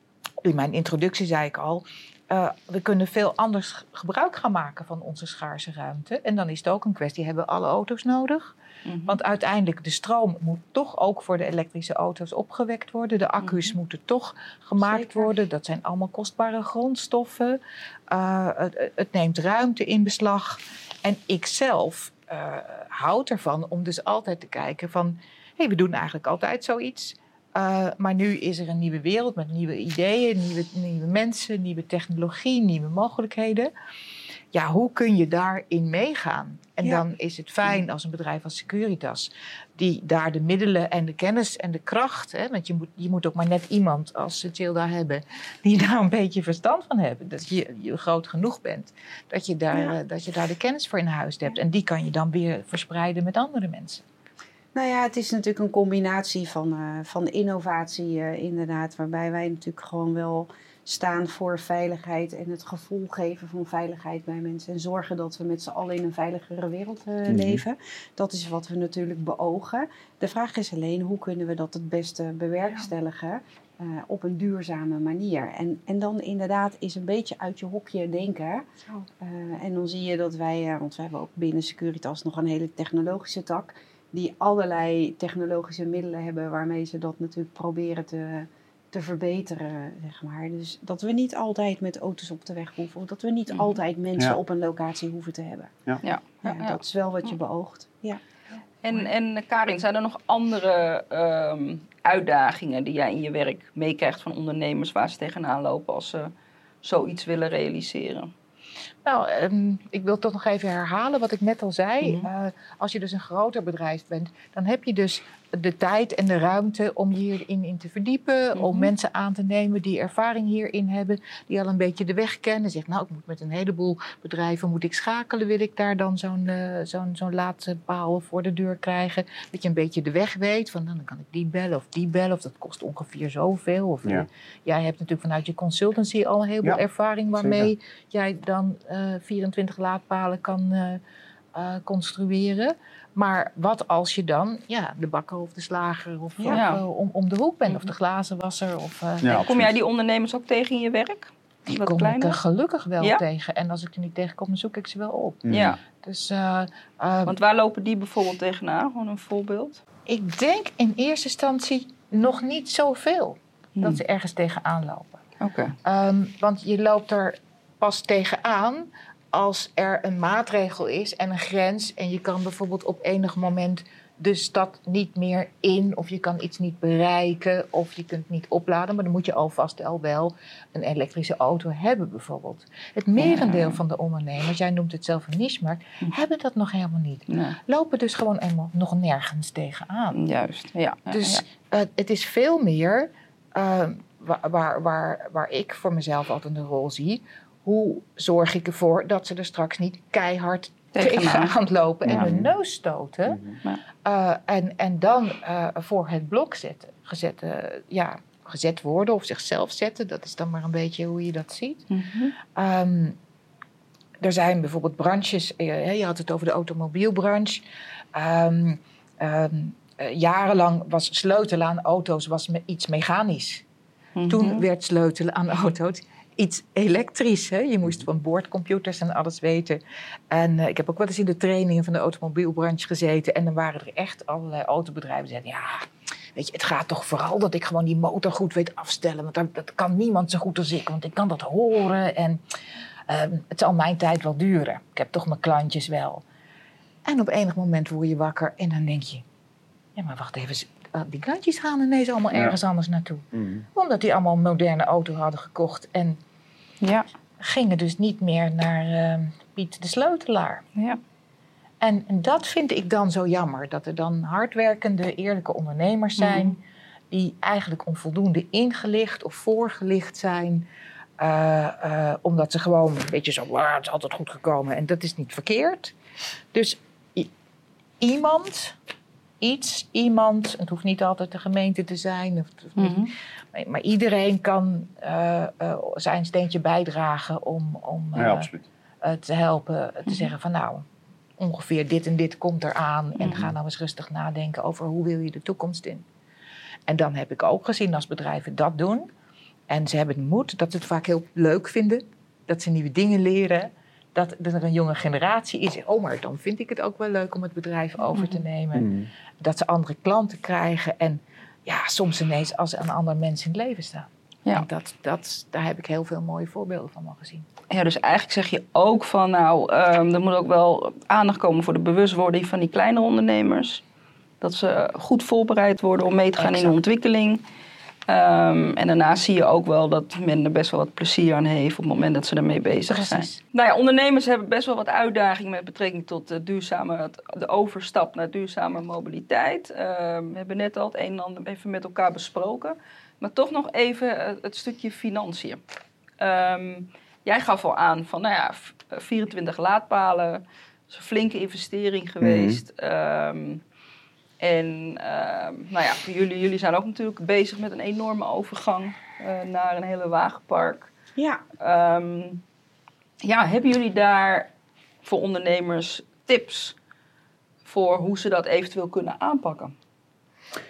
in mijn introductie zei ik al, Uh, we kunnen veel anders gebruik gaan maken van onze schaarse ruimte. En dan is het ook een kwestie, hebben we alle auto's nodig? Mm-hmm. Want uiteindelijk, de stroom moet toch ook voor de elektrische auto's opgewekt worden. De accu's mm-hmm. moeten toch gemaakt Zeker. worden. Dat zijn allemaal kostbare grondstoffen. Uh, het, het neemt ruimte in beslag. En ik zelf uh, houd ervan om dus altijd te kijken van, hé, hey, we doen eigenlijk altijd zoiets. Uh, maar nu is er een nieuwe wereld met nieuwe ideeën, nieuwe, nieuwe mensen, nieuwe technologie, nieuwe mogelijkheden. Ja, hoe kun je daarin meegaan? En ja. dan is het fijn als een bedrijf als Securitas, die daar de middelen en de kennis en de kracht, hè, want je moet, je moet ook maar net iemand als Tilda hebben, die daar een beetje verstand van hebben. Dat je, je groot genoeg bent, dat je, daar, ja. uh, dat je daar de kennis voor in huis hebt. En die kan je dan weer verspreiden met andere mensen. Nou ja, het is natuurlijk een combinatie van, uh, van innovatie uh, inderdaad, waarbij wij natuurlijk gewoon wel staan voor veiligheid en het gevoel geven van veiligheid bij mensen en zorgen dat we met z'n allen in een veiligere wereld uh, mm-hmm. leven. Dat is wat we natuurlijk beogen. De vraag is alleen, hoe kunnen we dat het beste bewerkstelligen? uh, op een duurzame manier. En, en dan inderdaad is een beetje uit je hokje denken. Uh, en dan zie je dat wij, uh, want we hebben ook binnen Securitas nog een hele technologische tak, die allerlei technologische middelen hebben waarmee ze dat natuurlijk proberen te, te verbeteren, zeg maar. Dus dat we niet altijd met auto's op de weg hoeven, of dat we niet mm. altijd mensen ja. op een locatie hoeven te hebben. Ja. Ja. Ja, ja, dat is wel wat je beoogt. Ja. En, en Karin, zijn er nog andere um, uitdagingen die jij in je werk meekrijgt van ondernemers waar ze tegenaan lopen als ze zoiets willen realiseren? Nou, um, ik wil toch nog even herhalen wat ik net al zei. Mm-hmm. Uh, als je dus een groter bedrijf bent, dan heb je dus de tijd en de ruimte om je hierin in te verdiepen. Mm-hmm. Om mensen aan te nemen die ervaring hierin hebben. Die al een beetje de weg kennen. Zegt, nou, ik moet met een heleboel bedrijven moet ik schakelen. Wil ik daar dan zo'n, uh, zo'n, zo'n laadpaal voor de deur krijgen. Dat je een beetje de weg weet. Van, dan kan ik die bellen of die bellen. Of dat kost ongeveer zoveel. Of, ja. uh, jij hebt natuurlijk vanuit je consultancy al een heleboel ja, ervaring. Waarmee zeker. jij dan uh, vierentwintig laadpalen kan uh, uh, construeren. Maar wat als je dan ja, de bakker of de slager of, ja. of uh, om, om de hoek bent, of de glazenwasser? Of, uh, ja, kom jij die ondernemers ook tegen in je werk? Die kom kleiner? ik gelukkig wel ja? tegen. En als ik er niet tegenkom, dan zoek ik ze wel op. Ja. Dus, uh, uh, Want waar lopen die bijvoorbeeld tegenaan? Gewoon een voorbeeld. Ik denk in eerste instantie nog niet zoveel hmm. dat ze ergens tegenaan lopen. Oké. Okay. Um, want je loopt er pas tegenaan als er een maatregel is en een grens en je kan bijvoorbeeld op enig moment de stad niet meer in of je kan iets niet bereiken of je kunt niet opladen, maar dan moet je alvast al wel een elektrische auto hebben bijvoorbeeld. Het merendeel ja. van de ondernemers, jij noemt het zelf een niche-markt, hm. hebben dat nog helemaal niet. Nee. Lopen dus gewoon eenmaal nog nergens tegenaan. Juist, ja. Dus ja. Uh, het is veel meer uh, waar, waar, waar, waar ik voor mezelf altijd een rol zie. Hoe zorg ik ervoor dat ze er straks niet keihard tegenaan lopen en ja. hun neus stoten. Ja. Uh, en, en dan uh, voor het blok zetten, gezet, uh, ja, gezet worden of zichzelf zetten. Dat is dan maar een beetje hoe je dat ziet. Mm-hmm. Um, er zijn bijvoorbeeld branches, uh, je had het over de automobielbranche. Um, um, uh, jarenlang was sleutelen aan auto's was me iets mechanisch. Mm-hmm. Toen werd sleutelen aan auto's iets elektrisch. Hè? Je moest van boordcomputers en alles weten. En uh, ik heb ook wel eens in de trainingen van de automobielbranche gezeten. En dan waren er echt allerlei autobedrijven die zeiden, ja, weet je, het gaat toch vooral dat ik gewoon die motor goed weet afstellen. Want dat, dat kan niemand zo goed als ik, want ik kan dat horen. En uh, het zal mijn tijd wel duren. Ik heb toch mijn klantjes wel. En op enig moment word je wakker en dan denk je, ja, maar wacht even, die klantjes gaan ineens allemaal ergens ja. anders naartoe. Mm. Omdat die allemaal een moderne auto hadden gekocht. En ja. gingen dus niet meer naar uh, Piet de Sleutelaar. Ja. En, en dat vind ik dan zo jammer. Dat er dan hardwerkende, eerlijke ondernemers zijn. Mm. Die eigenlijk onvoldoende ingelicht of voorgelicht zijn. Uh, uh, omdat ze gewoon een beetje zo, ah, het is altijd goed gekomen. En dat is niet verkeerd. Dus i- iemand... Iets, iemand, het hoeft niet altijd de gemeente te zijn, of, of mm-hmm. niet, maar iedereen kan uh, uh, zijn steentje bijdragen om, om uh, ja, uh, te helpen, te mm-hmm. zeggen van nou, ongeveer dit en dit komt eraan mm-hmm. en ga nou eens rustig nadenken over hoe wil je de toekomst in. En dan heb ik ook gezien als bedrijven dat doen en ze hebben de moed dat ze het vaak heel leuk vinden, dat ze nieuwe dingen leren. Dat er een jonge generatie is. Oh, maar dan vind ik het ook wel leuk om het bedrijf over te nemen. Mm. Dat ze andere klanten krijgen. En ja, soms ineens als een ander mens in het leven staan. Ja. En dat, dat, daar heb ik heel veel mooie voorbeelden van mogen zien. Ja, dus eigenlijk zeg je ook van nou, um, er moet ook wel aandacht komen voor de bewustwording van die kleine ondernemers. Dat ze goed voorbereid worden om mee te gaan exact. in de ontwikkeling. Um, en daarnaast zie je ook wel dat men er best wel wat plezier aan heeft op het moment dat ze ermee bezig Precies. zijn. Nou ja, ondernemers hebben best wel wat uitdagingen met betrekking tot de, duurzame, de overstap naar duurzame mobiliteit. Uh, we hebben net al het een en ander even met elkaar besproken. Maar toch nog even het, het stukje financiën. Um, jij gaf al aan van nou ja, vierentwintig laadpalen. Dat is een flinke investering geweest. Mm-hmm. Um, En uh, nou ja, voor jullie, jullie zijn ook natuurlijk bezig met een enorme overgang uh, naar een hele wagenpark. Ja. Um, ja, hebben jullie daar voor ondernemers tips voor hoe ze dat eventueel kunnen aanpakken?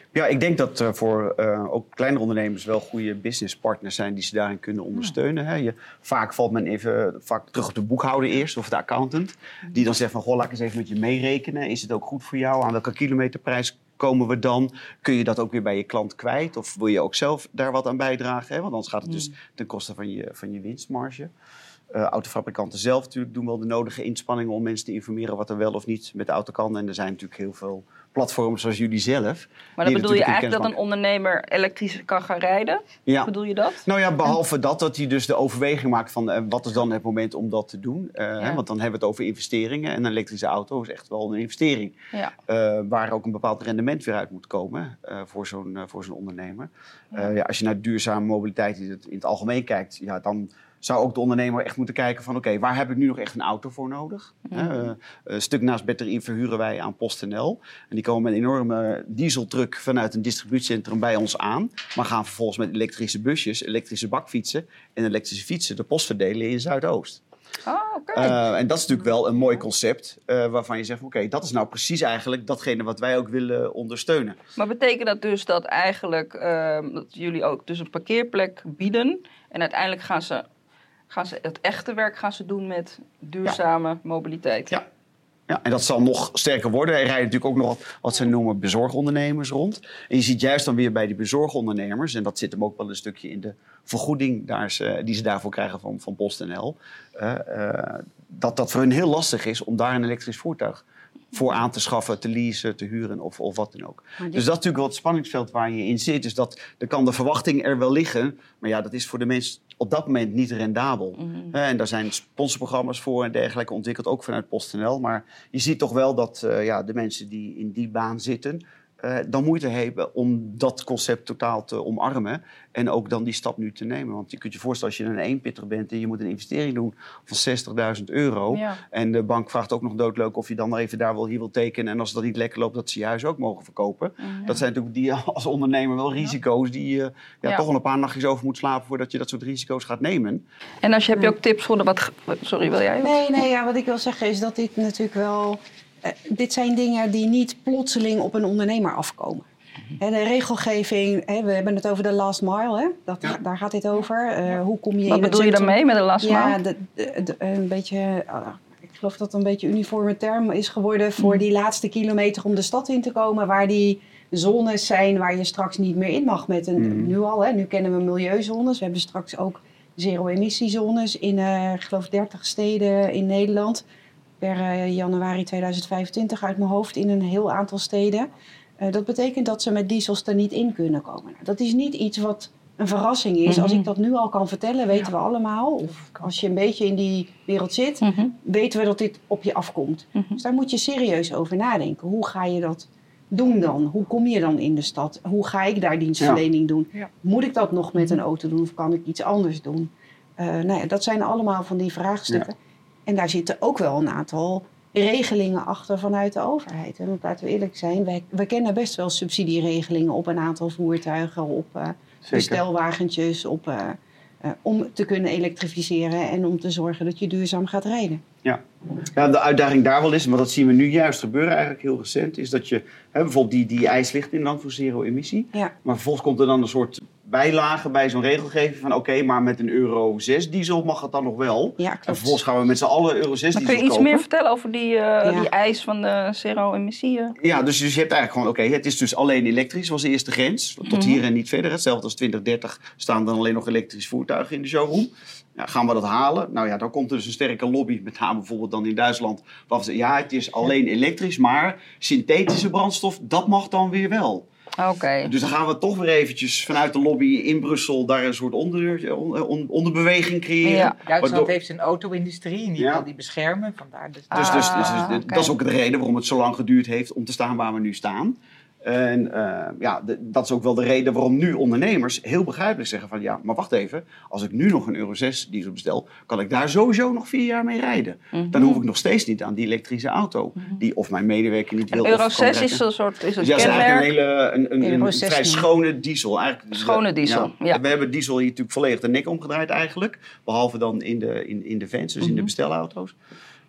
Ja, ik denk dat er voor uh, ook kleinere ondernemers wel goede businesspartners zijn die ze daarin kunnen ondersteunen. Hè. Je, vaak valt men even vaak terug op de boekhouder eerst of de accountant. Die dan zegt van, goh, laat ik eens even met je meerekenen. Is het ook goed voor jou? Aan welke kilometerprijs komen we dan? Kun je dat ook weer bij je klant kwijt? Of wil je ook zelf daar wat aan bijdragen? Hè? Want anders gaat het dus ten koste van je, van je winstmarge. Uh, autofabrikanten zelf natuurlijk doen wel de nodige inspanningen om mensen te informeren wat er wel of niet met de auto kan. En er zijn natuurlijk heel veel platforms zoals jullie zelf. Maar dan bedoel je eigenlijk dat een ondernemer elektrisch kan gaan rijden? Ja. Bedoel je dat? Nou ja, behalve dat, dat hij dus de overweging maakt van uh, wat is dan het moment om dat te doen. Uh, ja. hè, want dan hebben we het over investeringen. En een elektrische auto is echt wel een investering. Ja. Uh, waar ook een bepaald rendement weer uit moet komen uh, voor zo'n uh, voor zo'n ondernemer. Ja. Uh, ja, als je naar duurzame mobiliteit in het, in het algemeen kijkt, ja, dan zou ook de ondernemer echt moeten kijken van, oké, okay, waar heb ik nu nog echt een auto voor nodig? Mm-hmm. Uh, een stuk naast batterie verhuren wij aan PostNL. En die komen met een enorme dieseltruck vanuit een distributiecentrum bij ons aan. Maar gaan vervolgens met elektrische busjes, elektrische bakfietsen en elektrische fietsen de post verdelen in Zuidoost. Oh, okay. uh, en dat is natuurlijk wel een mooi concept uh, waarvan je zegt, oké, okay, dat is nou precies eigenlijk datgene wat wij ook willen ondersteunen. Maar betekent dat dus dat eigenlijk uh, dat jullie ook dus een parkeerplek bieden en uiteindelijk gaan ze Gaan ze het echte werk gaan ze doen met duurzame ja. mobiliteit? Ja. ja, en dat zal nog sterker worden. Er rijden natuurlijk ook nog wat ze noemen bezorgondernemers rond. En je ziet juist dan weer bij die bezorgondernemers, en dat zit hem ook wel een stukje in de vergoeding daar ze, die ze daarvoor krijgen van, van PostNL, uh, uh, dat dat voor hun heel lastig is om daar een elektrisch voertuig voor aan te schaffen, te leasen, te huren of, of wat dan ook. Dit... Dus dat is natuurlijk wel het spanningsveld waar je in zit. Dus dat, dan kan de verwachting er wel liggen, maar ja, dat is voor de mensen op dat moment niet rendabel. Mm-hmm. Uh, en daar zijn sponsorprogramma's voor en dergelijke ontwikkeld, ook vanuit PostNL. Maar je ziet toch wel dat uh, ja, de mensen die in die baan zitten, Uh, dan moeite hebben om dat concept totaal te omarmen. En ook dan die stap nu te nemen. Want je kunt je voorstellen als je een eenpitter bent en je moet een investering doen van zestigduizend euro. Ja. En de bank vraagt ook nog doodleuk of je dan even daar wel hier wil tekenen. En als dat niet lekker loopt, dat ze je huis ook mogen verkopen. Ja. Dat zijn natuurlijk die als ondernemer wel risico's die je uh, ja, ja. toch al een paar nachtjes over moet slapen voordat je dat soort risico's gaat nemen. En als je, heb je ook tips voor de wat... Sorry, wil jij? Nee, nee, ja, wat ik wil zeggen is dat dit natuurlijk wel... Uh, dit zijn dingen die niet plotseling op een ondernemer afkomen. He, de regelgeving, he, we hebben het over de last mile, hè? Dat, ja. daar gaat dit over. Uh, hoe kom je Wat in bedoel je daarmee met de last mile? Ja, de, de, de, een beetje, uh, ik geloof dat het een beetje een uniforme term is geworden voor mm. die laatste kilometer om de stad in te komen, waar die zones zijn waar je straks niet meer in mag. Met een, mm. Nu al, hè? Nu kennen we milieuzones. We hebben straks ook zero-emissiezones in, uh, ik geloof, dertig steden in Nederland. Per uh, januari tweeduizend vijfentwintig uit mijn hoofd in een heel aantal steden. Uh, dat betekent dat ze met diesels er niet in kunnen komen. Nou, dat is niet iets wat een verrassing is. Mm-hmm. Als ik dat nu al kan vertellen, weten ja. we allemaal. Of als je een beetje in die wereld zit, mm-hmm. weten we dat dit op je afkomt. Mm-hmm. Dus daar moet je serieus over nadenken. Hoe ga je dat doen dan? Hoe kom je dan in de stad? Hoe ga ik daar dienstverlening ja. doen? Ja. Moet ik dat nog met een auto doen of kan ik iets anders doen? Uh, nou ja, dat zijn allemaal van die vraagstukken. Ja. En daar zitten ook wel een aantal regelingen achter vanuit de overheid. En want laten we eerlijk zijn, wij, we kennen best wel subsidieregelingen op een aantal voertuigen, op uh, bestelwagentjes, op, uh, uh, om te kunnen elektrificeren en om te zorgen dat je duurzaam gaat rijden. Ja. Ja, de uitdaging daar wel is, maar dat zien we nu juist gebeuren eigenlijk heel recent, is dat je hè, bijvoorbeeld die, die eis ligt in land voor zero-emissie. Ja. Maar vervolgens komt er dan een soort bijlage bij zo'n regelgeving van oké, okay, maar met een euro zes diesel mag het dan nog wel. Ja, en vervolgens gaan we met z'n allen euro zes diesel kopen. Kun je iets kopen. meer vertellen over die, uh, ja. die eis van de zero-emissie? Uh? Ja, dus, dus je hebt eigenlijk gewoon, oké, okay, het is dus alleen elektrisch, was de eerste grens. Tot mm-hmm. hier en niet verder. Hetzelfde als twintig dertig staan dan alleen nog elektrische voertuigen in de showroom. Ja, gaan we dat halen? Nou ja, dan komt er dus een sterke lobby, met name bijvoorbeeld dan in Duitsland. Waarvan ze ja, het is alleen elektrisch, maar synthetische brandstof, dat mag dan weer wel. Okay. Dus dan gaan we toch weer eventjes vanuit de lobby in Brussel daar een soort onder, on, onderbeweging creëren. Ja. Duitsland waardoor... heeft een auto-industrie en die ja. wil die beschermen. Vandaar dus... Ah, dus, dus, dus, dus okay. Dat is ook de reden waarom het zo lang geduurd heeft om te staan waar we nu staan. En uh, ja, de, dat is ook wel de reden waarom nu ondernemers heel begrijpelijk zeggen van ja, maar wacht even, als ik nu nog een euro zes diesel bestel, kan ik daar sowieso nog vier jaar mee rijden. Mm-hmm. Dan hoef ik nog steeds niet aan die elektrische auto, mm-hmm. die of mijn medewerker niet wil. Euro zes is een soort is een dus ja, kenmerk. is eigenlijk een, hele, een, een, een, een vrij schone diesel. Eigenlijk, schone diesel, ja. ja. We hebben diesel hier natuurlijk volledig de nek omgedraaid eigenlijk, behalve dan in de, in, in de vans, dus mm-hmm. in de bestelauto's.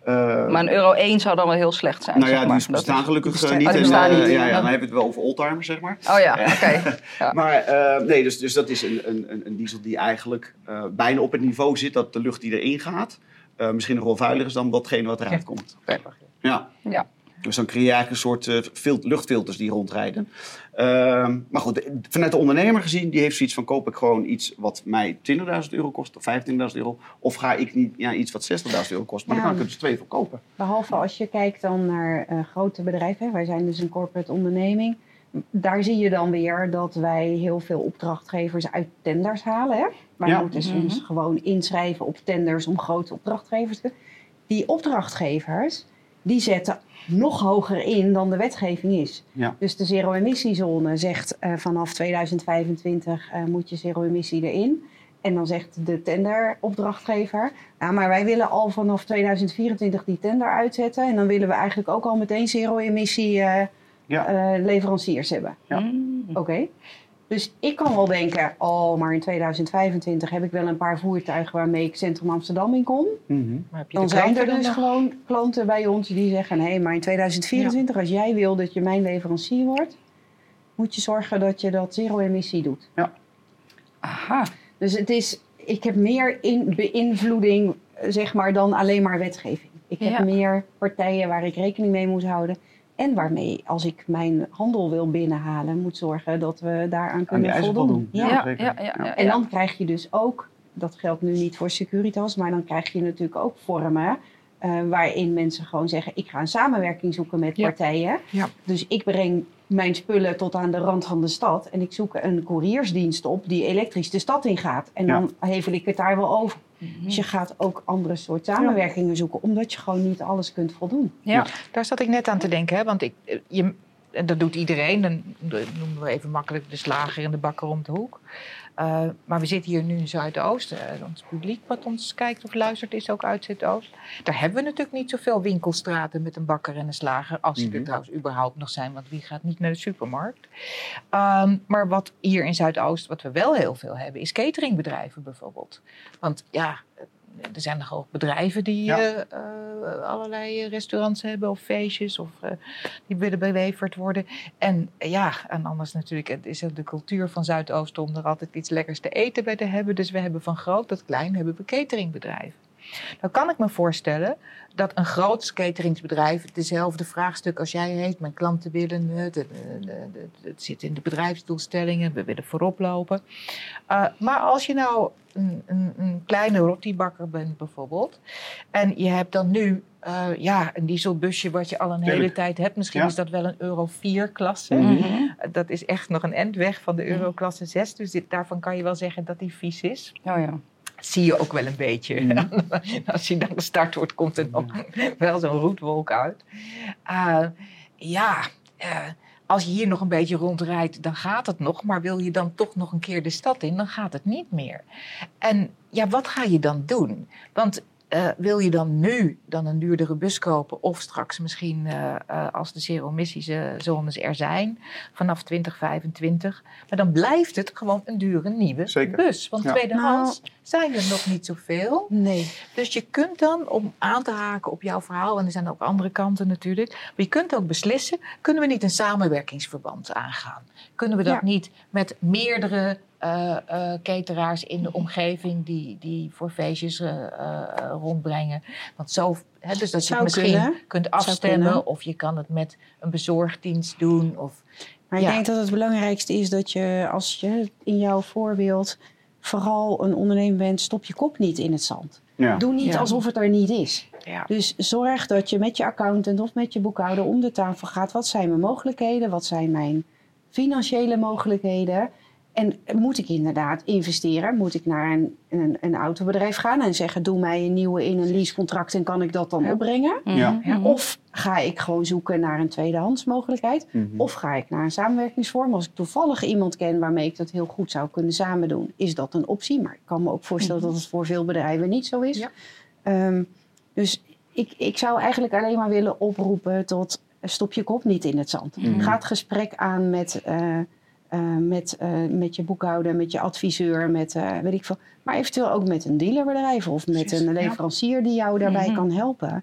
Uh, maar een euro één zou dan wel heel slecht zijn. Nou ja, zeg maar. die bestaan is, gelukkig die uh, niet. Oh, die bestaan en, uh, niet. Ja, ja, dan hebben we het wel over oldtimers, zeg maar. Oh ja, oké. Okay. Ja. Maar uh, nee, dus, dus dat is een, een, een diesel die eigenlijk uh, bijna op het niveau zit dat de lucht die erin gaat uh, misschien nog wel veiliger is dan watgene wat eruit komt. Okay. Ja. ja. Dus dan creëer je eigenlijk een soort uh, fil- luchtfilters die rondrijden. Uh, maar goed, vanuit de ondernemer gezien, die heeft zoiets van: koop ik gewoon iets wat mij twintigduizend euro kost of vijfentwintigduizend euro, of ga ik niet ja, iets wat zestigduizend euro kost, maar ja. dan kan ik er dus twee voor kopen. Behalve als je kijkt dan naar uh, grote bedrijven, wij zijn dus een corporate onderneming, daar zie je dan weer dat wij heel veel opdrachtgevers uit tenders halen. Hè? Wij ja. moeten mm-hmm. ons gewoon inschrijven op tenders om grote opdrachtgevers te... Die opdrachtgevers, die zetten nog hoger in dan de wetgeving is. Ja. Dus de zero-emissiezone zegt uh, vanaf tweeduizend vijfentwintig uh, moet je zero-emissie erin. En dan zegt de tenderopdrachtgever, nou, maar wij willen al vanaf tweeduizend vierentwintig die tender uitzetten. En dan willen we eigenlijk ook al meteen zero-emissie uh, ja. uh, leveranciers hebben. Ja. Mm. Oké. Okay. Dus ik kan wel denken, oh, maar in tweeduizend vijfentwintig heb ik wel een paar voertuigen waarmee ik Centrum Amsterdam in kom. Mm-hmm. Dan zijn er dus gewoon klanten bij ons die zeggen, hé, hey, maar in tweeduizend vierentwintig, ja. als jij wil dat je mijn leverancier wordt, moet je zorgen dat je dat zero-emissie doet. Ja. Aha. Dus het is, ik heb meer in, beïnvloeding, zeg maar, dan alleen maar wetgeving. Ik heb ja. meer partijen waar ik rekening mee moet houden. En waarmee, als ik mijn handel wil binnenhalen, moet zorgen dat we daaraan kunnen aan voldoen. voldoen. Ja. Ja, ja, ja, ja, ja. En dan krijg je dus ook, dat geldt nu niet voor Securitas, maar dan krijg je natuurlijk ook vormen uh, waarin mensen gewoon zeggen, ik ga een samenwerking zoeken met ja. partijen. Ja. Dus ik breng mijn spullen tot aan de rand van de stad en ik zoek een couriersdienst op die elektrisch de stad ingaat. En ja. dan hevel ik het daar wel over. Mm-hmm. Dus je gaat ook andere soort samenwerkingen ja. zoeken, omdat je gewoon niet alles kunt voldoen. Ja, ja. Daar zat ik net aan te denken, hè? Want ik, je, dat doet iedereen. Dan noemen we even makkelijk de slager en de bakker om de hoek. Uh, maar we zitten hier nu in Zuidoost. Uh, ons publiek wat ons kijkt of luistert is ook uit Zuidoost. Daar hebben we natuurlijk niet zoveel winkelstraten met een bakker en een slager. Als die mm-hmm. er trouwens überhaupt nog zijn, want wie gaat niet naar de supermarkt. Um, maar wat hier in Zuidoost, wat we wel heel veel hebben, is cateringbedrijven bijvoorbeeld. Want ja, er zijn nog ook bedrijven die ja. uh, uh, allerlei restaurants hebben of feestjes of uh, die willen beleverd worden. En uh, ja, en anders natuurlijk, het is de cultuur van Zuidoost om er altijd iets lekkers te eten bij te hebben. Dus we hebben van groot tot klein hebben we cateringbedrijven. Dan kan ik me voorstellen dat een groot cateringsbedrijf dezelfde vraagstuk als jij heeft. Mijn klanten willen het, het, het, het zit in de bedrijfsdoelstellingen, we willen voorop lopen. Uh, maar als je nou een, een, een kleine rottibakker bent bijvoorbeeld, en je hebt dan nu uh, ja, een dieselbusje wat je al een Tuurlijk. hele tijd hebt. Misschien ja. is dat wel een euro vier klasse. Mm-hmm. Dat is echt nog een end weg van de euroklasse zes. Dus dit, daarvan kan je wel zeggen dat die vies is. Oh ja. Zie je ook wel een beetje. Mm. Als hij dan gestart wordt, komt er nog wel zo'n roetwolk uit. Uh, ja, uh, als je hier nog een beetje rondrijdt, dan gaat het nog. Maar wil je dan toch nog een keer de stad in, dan gaat het niet meer. En ja, wat ga je dan doen? Want uh, wil je dan nu dan een duurdere bus kopen of straks misschien uh, uh, als de zero-emissies-zones er zijn vanaf twintig vijfentwintig. Maar dan blijft het gewoon een dure nieuwe Zeker. bus. Want ja. tweedehands nou, zijn er nog niet zoveel. Nee. Dus je kunt dan, om aan te haken op jouw verhaal, en er zijn ook andere kanten natuurlijk, maar je kunt ook beslissen, kunnen we niet een samenwerkingsverband aangaan? Kunnen we dat ja. niet met meerdere Uh, uh, cateraars in de omgeving die, die voor feestjes uh, uh, rondbrengen. Want zo, hè, dus dat je het misschien kunnen. kunt afstemmen of je kan het met een bezorgdienst doen. Of, maar ik ja. denk dat het belangrijkste is dat je, als je in jouw voorbeeld vooral een ondernemer bent, stop je kop niet in het zand. Ja. Doe niet ja. alsof het er niet is. Ja. Dus zorg dat je met je accountant of met je boekhouder om de tafel gaat. Wat zijn mijn mogelijkheden? Wat zijn mijn financiële mogelijkheden? En moet ik inderdaad investeren? Moet ik naar een, een, een autobedrijf gaan en zeggen, doe mij een nieuwe in een leasecontract en kan ik dat dan opbrengen? Ja. Ja. Of ga ik gewoon zoeken naar een tweedehands mogelijkheid? Mm-hmm. Of ga ik naar een samenwerkingsvorm? Als ik toevallig iemand ken waarmee ik dat heel goed zou kunnen samen doen, is dat een optie. Maar ik kan me ook voorstellen mm-hmm. dat het voor veel bedrijven niet zo is. Ja. Um, dus ik, ik zou eigenlijk alleen maar willen oproepen tot stop je kop niet in het zand. Mm-hmm. Ga het gesprek aan met... Uh, Uh, met, uh, met je boekhouder, met je adviseur, met uh, weet ik veel. Maar eventueel ook met een dealerbedrijf of met Precies, een leverancier ja. die jou daarbij mm-hmm. kan helpen. Ja.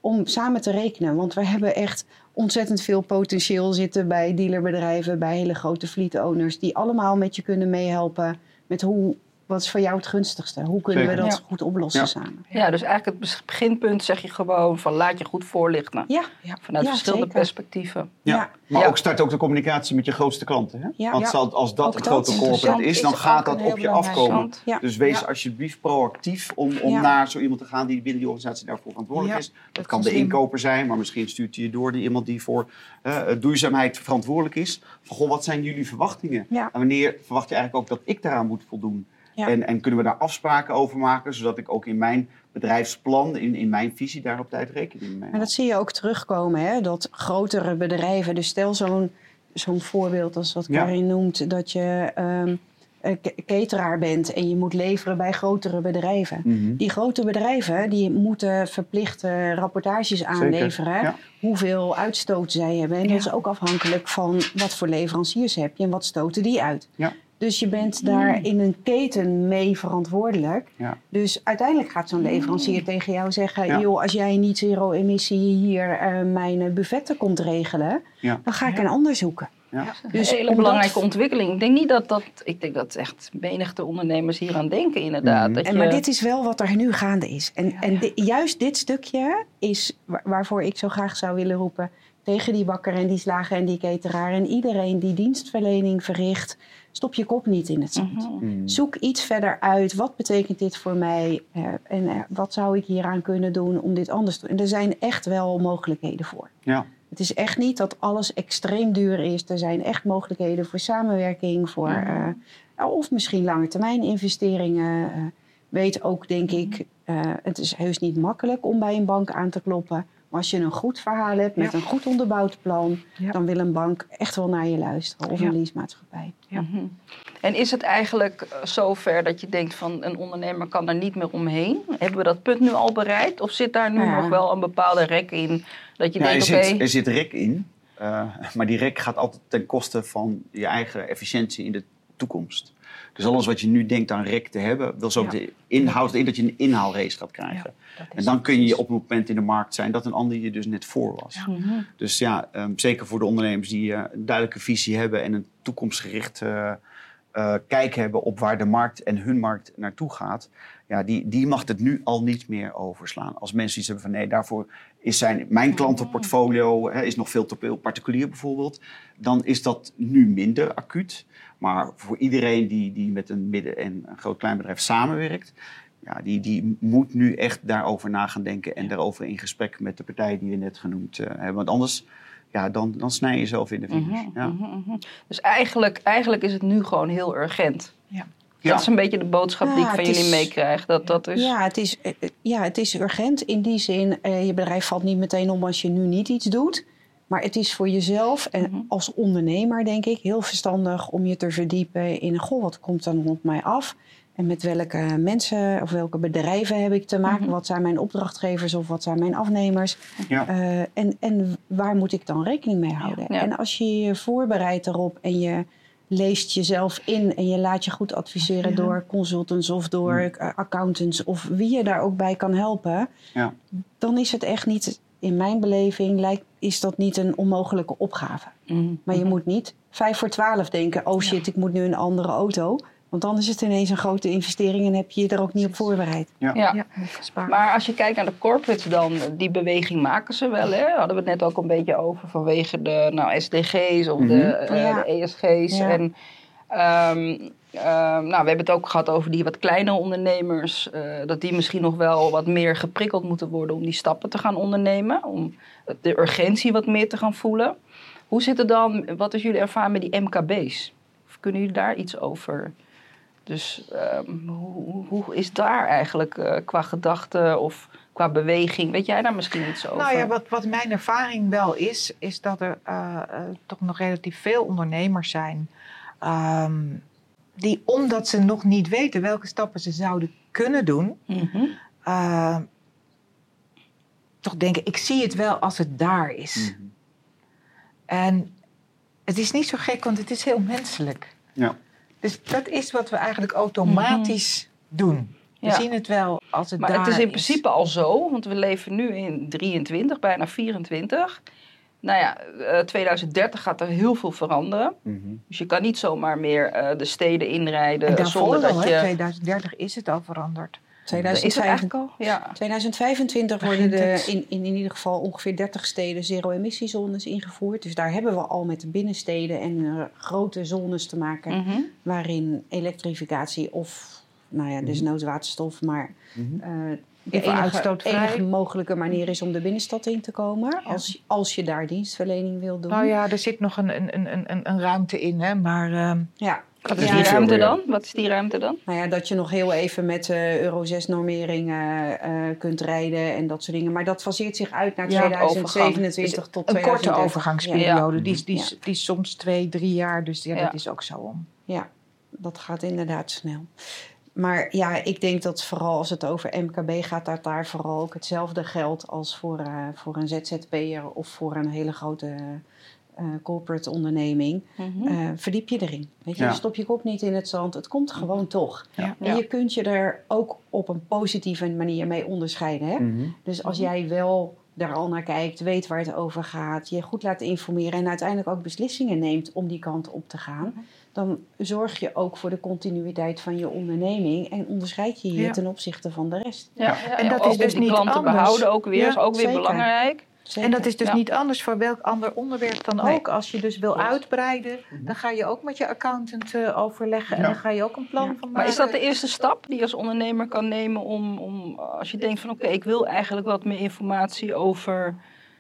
om samen te rekenen. Want we hebben echt ontzettend veel potentieel zitten bij dealerbedrijven, bij hele grote fleet-owners, die allemaal met je kunnen meehelpen met hoe, wat is voor jou het gunstigste? Hoe kunnen Zeker. we dat Ja. goed oplossen Ja. samen? Ja, dus eigenlijk het beginpunt zeg je gewoon van laat je goed voorlichten. Ja, Ja. Vanuit Ja, verschillende zeker. perspectieven. Ja. Ja. Maar Ja. ook start ook de communicatie met je grootste klanten. Hè? Ja. Want Ja. zal- als dat Ook een dat grote corporate interessant is, dan is gaat ook dat een heel op je belangrijk afkomen. punt. Ja. Dus wees Ja. alsjeblieft proactief om, om Ja. naar zo iemand te gaan die binnen die organisatie daarvoor verantwoordelijk Ja, is. Dat, dat kan is de slim. inkoper zijn, maar misschien stuurt hij je door die iemand die voor uh, duurzaamheid verantwoordelijk is. Van, goh, wat zijn jullie verwachtingen? Ja. En wanneer verwacht je eigenlijk ook dat ik daaraan moet voldoen? Ja. En, en kunnen we daar afspraken over maken, zodat ik ook in mijn bedrijfsplan, in, in mijn visie, daar op tijd rekening mee Maar hou? dat zie je ook terugkomen, hè? Dat grotere bedrijven, dus stel zo'n zo'n voorbeeld als wat Ja. Karin noemt, dat je um, een cateraar bent en je moet leveren bij grotere bedrijven. Mhm. Die grote bedrijven die moeten verplichte rapportages aanleveren, ja. hoeveel uitstoot zij hebben. En Ja. dat is ook afhankelijk van wat voor leveranciers heb je en wat stoten die uit. Ja. Dus je bent daar in een keten mee verantwoordelijk. Ja. Dus uiteindelijk gaat zo'n leverancier tegen jou zeggen, Ja. joh, als jij niet zero-emissie hier uh, mijn uh, buffetten komt regelen, Ja. dan ga ik Ja. een ander zoeken. Ja. Dus een hele omdat- belangrijke ontwikkeling. Ik denk niet dat dat, ik denk dat echt menigte ondernemers hier aan denken inderdaad. Mhm. Dat En, je, maar dit is wel wat er nu gaande is. En, Ja, en ja. di- juist dit stukje is waar- waarvoor ik zo graag zou willen roepen tegen die bakker en die slager en die cateraar en iedereen die dienstverlening verricht, stop je kop niet in het zand. Mhm. Mhm. Zoek iets verder uit. Wat betekent dit voor mij? Uh, en uh, wat zou ik hieraan kunnen doen om dit anders te doen? En er zijn echt wel mogelijkheden voor. Ja. Het is echt niet dat alles extreem duur is. Er zijn echt mogelijkheden voor samenwerking, voor uh, of misschien lange termijn investeringen. Uh, weet ook, denk ik, uh, het is heus niet makkelijk om bij een bank aan te kloppen. Maar als je een goed verhaal hebt met Ja. een goed onderbouwd plan, Ja. dan wil een bank echt wel naar je luisteren. Of Ja. een leasemaatschappij. Ja. Mhm. En is het eigenlijk zover dat je denkt van een ondernemer kan er niet meer omheen? Hebben we dat punt nu al bereikt? Of zit daar nu Ja. nog wel een bepaalde rek in? Dat je Ja, er, denkt, oké, zit, er zit rek in, uh, maar die rek gaat altijd ten koste van je eigen efficiëntie in de toekomst. Dus alles wat je nu denkt aan rek te hebben, wil zo Ja. de inhoud in dat je een inhaalrace gaat krijgen. Ja, dat is En dan kun je op een moment in de markt zijn dat een ander je dus net voor was. Ja. Mhm. Dus ja, um, zeker voor de ondernemers die uh, een duidelijke visie hebben en een toekomstgericht uh, uh, kijk hebben op waar de markt en hun markt naartoe gaat. Ja, die, die mag het nu al niet meer overslaan. Als mensen iets hebben van nee, daarvoor is zijn, mijn klantenportfolio hè, is nog veel te veel particulier bijvoorbeeld. Dan is dat nu minder acuut. Maar voor iedereen die, die met een midden- en een groot klein bedrijf samenwerkt, ja, die, die moet nu echt daarover na gaan denken en daarover in gesprek met de partijen die we net genoemd uh, hebben. Want anders, ja, dan, dan snij je jezelf in de vingers. Mhm, Ja. mhm, mhm. Dus eigenlijk, eigenlijk is het nu gewoon heel urgent. Ja. Ja. Dat is een beetje de boodschap Ja, die ik van het jullie is- meekrijg. Dat, dat is... Ja, het is, eh, eh, ja, het is urgent in die zin. Uh, je bedrijf valt niet meteen om als je nu niet iets doet. Maar het is voor jezelf en Mhm. als ondernemer, denk ik, heel verstandig om je te verdiepen in, goh, wat komt dan op mij af? En met welke mensen of welke bedrijven heb ik te maken? Mhm. Wat zijn mijn opdrachtgevers of wat zijn mijn afnemers? Ja. Uh, en, en waar moet ik dan rekening mee houden? Ja. En als je je voorbereidt erop en je leest jezelf in en je laat je goed adviseren Ja. door consultants of door uh, accountants of wie je daar ook bij kan helpen, Ja. dan is het echt niet, in mijn beleving, lijkt, is dat niet een onmogelijke opgave. Mhm. Maar je moet niet vijf voor twaalf denken, oh shit, ik moet nu een andere auto. Want dan is het ineens een grote investering en heb je je er ook niet op voorbereid. Ja. Ja, moet gespaard. Maar als je kijkt naar de corporates dan, die beweging maken ze wel. Hè? Hadden we het net ook een beetje over vanwege de nou, S D G's of de, Mhm. eh, Ja. de E S G's. Ja. En, ehm, ehm, nou, we hebben het ook gehad over die wat kleinere ondernemers. eh, dat die misschien nog wel wat meer geprikkeld moeten worden om die stappen te gaan ondernemen. Om de urgentie wat meer te gaan voelen. Hoe zit het dan, wat is jullie ervaring met die M K B's? Of kunnen jullie daar iets over? Dus um, hoe, hoe is daar eigenlijk uh, qua gedachte of qua beweging? Weet jij daar misschien iets over? Nou ja, wat, wat mijn ervaring wel is, is dat er uh, uh, toch nog relatief veel ondernemers zijn um, die, omdat ze nog niet weten welke stappen ze zouden kunnen doen, Mm-hmm. uh, toch denken, ik zie het wel als het daar is. Mm-hmm. En het is niet zo gek, want het is heel menselijk. Ja. Dus dat is wat we eigenlijk automatisch mm-hmm. doen. We Ja. zien het wel als het Maar daar het is in principe al zo, want we leven nu in drieëntwintig, bijna vierentwintig. Nou ja, uh, tweeduizend dertig gaat er heel veel veranderen. Mm-hmm. Dus je kan niet zomaar meer uh, de steden inrijden En daarvoor zonder al, dat hè, je... tweeduizend dertig is het al veranderd. Is het tweeduizend eigenlijk al? Ja. tweeduizend vijfentwintig worden Begint de, het. in, in, in ieder geval ongeveer dertig steden zero-emissiezones ingevoerd. Dus daar hebben we al met de binnensteden en uh, grote zones te maken Mm-hmm. waarin elektrificatie of, nou ja, desnoods waterstof, maar Mm-hmm. uh, de Even enige, uitstootvrij. enige mogelijke manier is om de binnenstad in te komen. Als, als je daar dienstverlening wil doen. Nou ja, er zit nog een, een, een, een, een ruimte in, hè, maar... Uh, Ja. Wat is Ja. die Niet veel ruimte meer. dan? Wat is die ruimte dan? Nou ja, dat je nog heel even met uh, Euro zes normeringen uh, kunt rijden en dat soort dingen. Maar dat faseert zich uit naar Ja, tweeduizend zevenentwintig overgang. tot een tweeduizend dertig. korte overgangsperiode, Ja. die, is, die, is, Ja. die is soms twee, drie jaar, dus ja, Ja. dat is ook zo om. Ja, dat gaat inderdaad snel. Maar ja, ik denk dat vooral als het over M K B gaat, dat daar vooral ook hetzelfde geldt als voor, uh, voor een Z Z P'er of voor een hele grote uh, corporate onderneming. Mm-hmm. Uh, verdiep je erin. Weet je, Ja. stop je kop niet in het zand. Het komt gewoon toch. Ja. En je kunt je er ook op een positieve manier mee onderscheiden. Hè? Mm-hmm. Dus als jij wel daar al naar kijkt, weet waar het over gaat, je goed laat informeren en uiteindelijk ook beslissingen neemt om die kant op te gaan, dan zorg je ook voor de continuïteit van je onderneming en onderscheid je je Ja. ten opzichte van de rest. Ja, ja, En dat ook is dus om die niet klanten anders. behouden ook weer, Ja, is ook weer zeker. belangrijk. Zeker. En dat is dus Ja. niet anders voor welk ander onderwerp dan Nee. ook. Als je dus wil uitbreiden, dan ga je ook met je accountant uh, overleggen. En Ja. dan ga je ook een plan Ja. van maken. Maar is dat de eerste stap die je als ondernemer kan nemen om, om als je denkt van oké, ik wil eigenlijk wat meer informatie over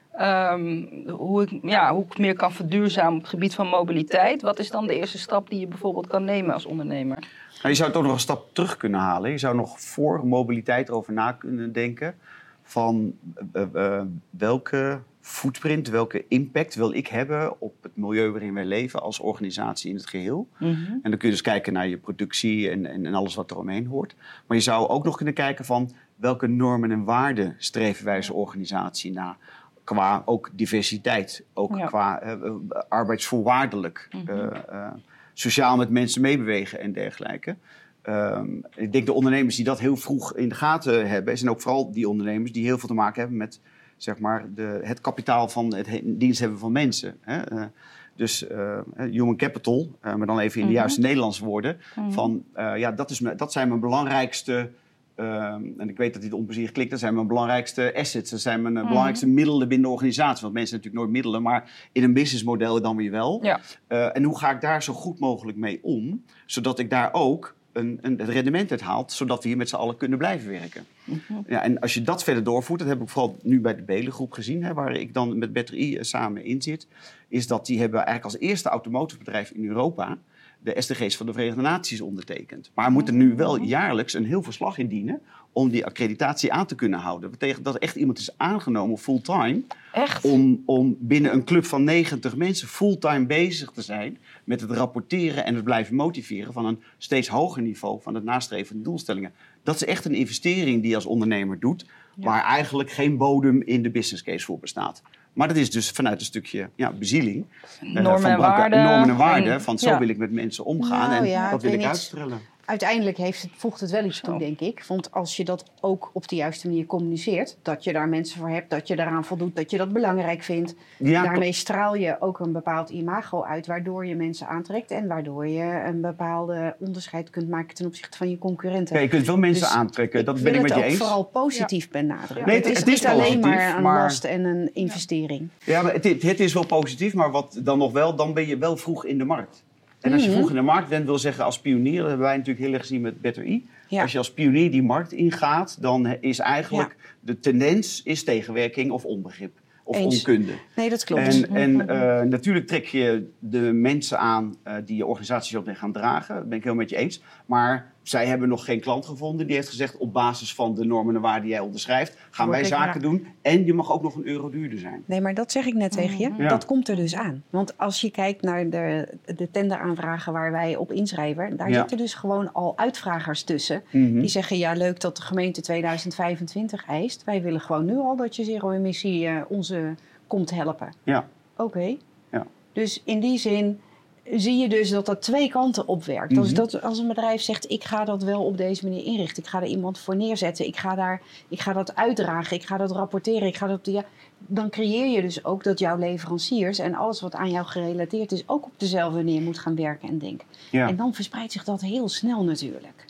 um, hoe, ik, ja, hoe ik meer kan verduurzamen op het gebied van mobiliteit. Wat is dan de eerste stap die je bijvoorbeeld kan nemen als ondernemer? Nou, je zou het ook nog een stap terug kunnen halen. Je zou nog voor mobiliteit erover na kunnen denken van uh, uh, welke footprint, welke impact wil ik hebben op het milieu waarin wij leven als organisatie in het geheel. Mm-hmm. En dan kun je dus kijken naar je productie en, en, en alles wat er omheen hoort. Maar je zou ook nog kunnen kijken van welke normen en waarden streven wij als organisatie na. Qua ook diversiteit, ook Ja. qua uh, uh, arbeidsvoorwaardelijk, Mm-hmm. uh, uh, sociaal met mensen meebewegen en dergelijke. Um, ik denk de ondernemers die dat heel vroeg in de gaten hebben, zijn ook vooral die ondernemers die heel veel te maken hebben met zeg maar, de, het kapitaal van het he- dienst hebben van mensen. Hè? Uh, dus uh, human capital, uh, maar dan even in de Mm-hmm. juiste Nederlandse woorden. Mm-hmm. Van, uh, ja, dat, is me, dat zijn mijn belangrijkste, um, en ik weet dat dit onplezier klinkt, dat zijn mijn belangrijkste assets. Dat zijn mijn uh, Mm-hmm. belangrijkste belangrijkste middelen binnen de organisatie. Want mensen hebben natuurlijk nooit middelen, maar in een businessmodel dan weer wel. Ja. Uh, en hoe ga ik daar zo goed mogelijk mee om, zodat ik daar ook een, een, het rendement uit haal, zodat we hier met z'n allen kunnen blijven werken. Mm-hmm. Ja, en als je dat verder doorvoert, dat heb ik vooral nu bij de Belengroep gezien, hè, waar ik dan met Better I samen in zit, is dat die hebben eigenlijk als eerste automotiebedrijf in Europa de S D G's van de Verenigde Naties ondertekend. Maar moeten nu wel jaarlijks een heel verslag indienen om die accreditatie aan te kunnen houden. Dat betekent dat echt iemand is aangenomen fulltime Echt? om, om binnen een club van negentig mensen fulltime bezig te zijn met het rapporteren en het blijven motiveren van een steeds hoger niveau van het nastreven van de doelstellingen. Dat is echt een investering die je als ondernemer doet, Ja. waar eigenlijk geen bodem in de business case voor bestaat. Maar dat is dus vanuit een stukje ja, bezieling. eh, Normen van en welke- waarden. Normen en waarden, En- van zo ja. wil ik met mensen omgaan Nou en ja, dat ik wil weet ik niet. uitstrellen. Uiteindelijk heeft het, voegt het wel iets Zo. toe, denk ik. Want als je dat ook op de juiste manier communiceert, dat je daar mensen voor hebt, dat je daaraan voldoet, dat je dat belangrijk vindt, Ja, daarmee straal je ook een bepaald imago uit, waardoor je mensen aantrekt en waardoor je een bepaalde onderscheid kunt maken ten opzichte van je concurrenten. ja, je kunt wel mensen Dus aantrekken, dat ik ben wil ik met het je ook eens. vooral positief benadrukken. Nee, het, het- is het is niet alleen positief, maar een maar- last en een investering. Ja, maar het, het is wel positief, maar wat dan nog wel, dan ben je wel vroeg in de markt. En als je Mhm. vroeg in de markt bent, wil zeggen als pionier, dat hebben wij natuurlijk heel erg gezien met Better I. Ja. Als je als pionier die markt ingaat, dan is eigenlijk de tendens is tegenwerking of onbegrip. Of Eens. onkunde. Nee, dat klopt. En, en uh, natuurlijk trek je de mensen aan uh, die je organisatie op gaan dragen. Dat ben ik heel met je eens. Maar zij hebben nog geen klant gevonden die heeft gezegd, op basis van de normen en waarden die jij onderschrijft, gaan Word wij ik zaken doen. En je mag ook nog een euro duurder zijn. Nee, maar dat zeg ik net tegen je. Ja. Dat komt er dus aan. Want als je kijkt naar de, de tenderaanvragen waar wij op inschrijven, daar Ja. zitten dus gewoon al uitvragers tussen. Mm-hmm. Die zeggen, ja leuk dat de gemeente tweeduizend vijfentwintig eist. Wij willen gewoon nu al dat je zero-emissie uh, onze komt helpen. Ja. Oké. Ja. Dus in die zin zie je dus dat dat twee kanten opwerkt. Mm-hmm. Als, dat, als een bedrijf zegt, ik ga dat wel op deze manier inrichten. Ik ga er iemand voor neerzetten. Ik ga, daar, ik ga dat uitdragen. Ik ga dat rapporteren. Ik ga dat, ja, dan creëer je dus ook dat jouw leveranciers en alles wat aan jou gerelateerd is ook op dezelfde manier moet gaan werken en denken. Ja. En dan verspreidt zich dat heel snel natuurlijk.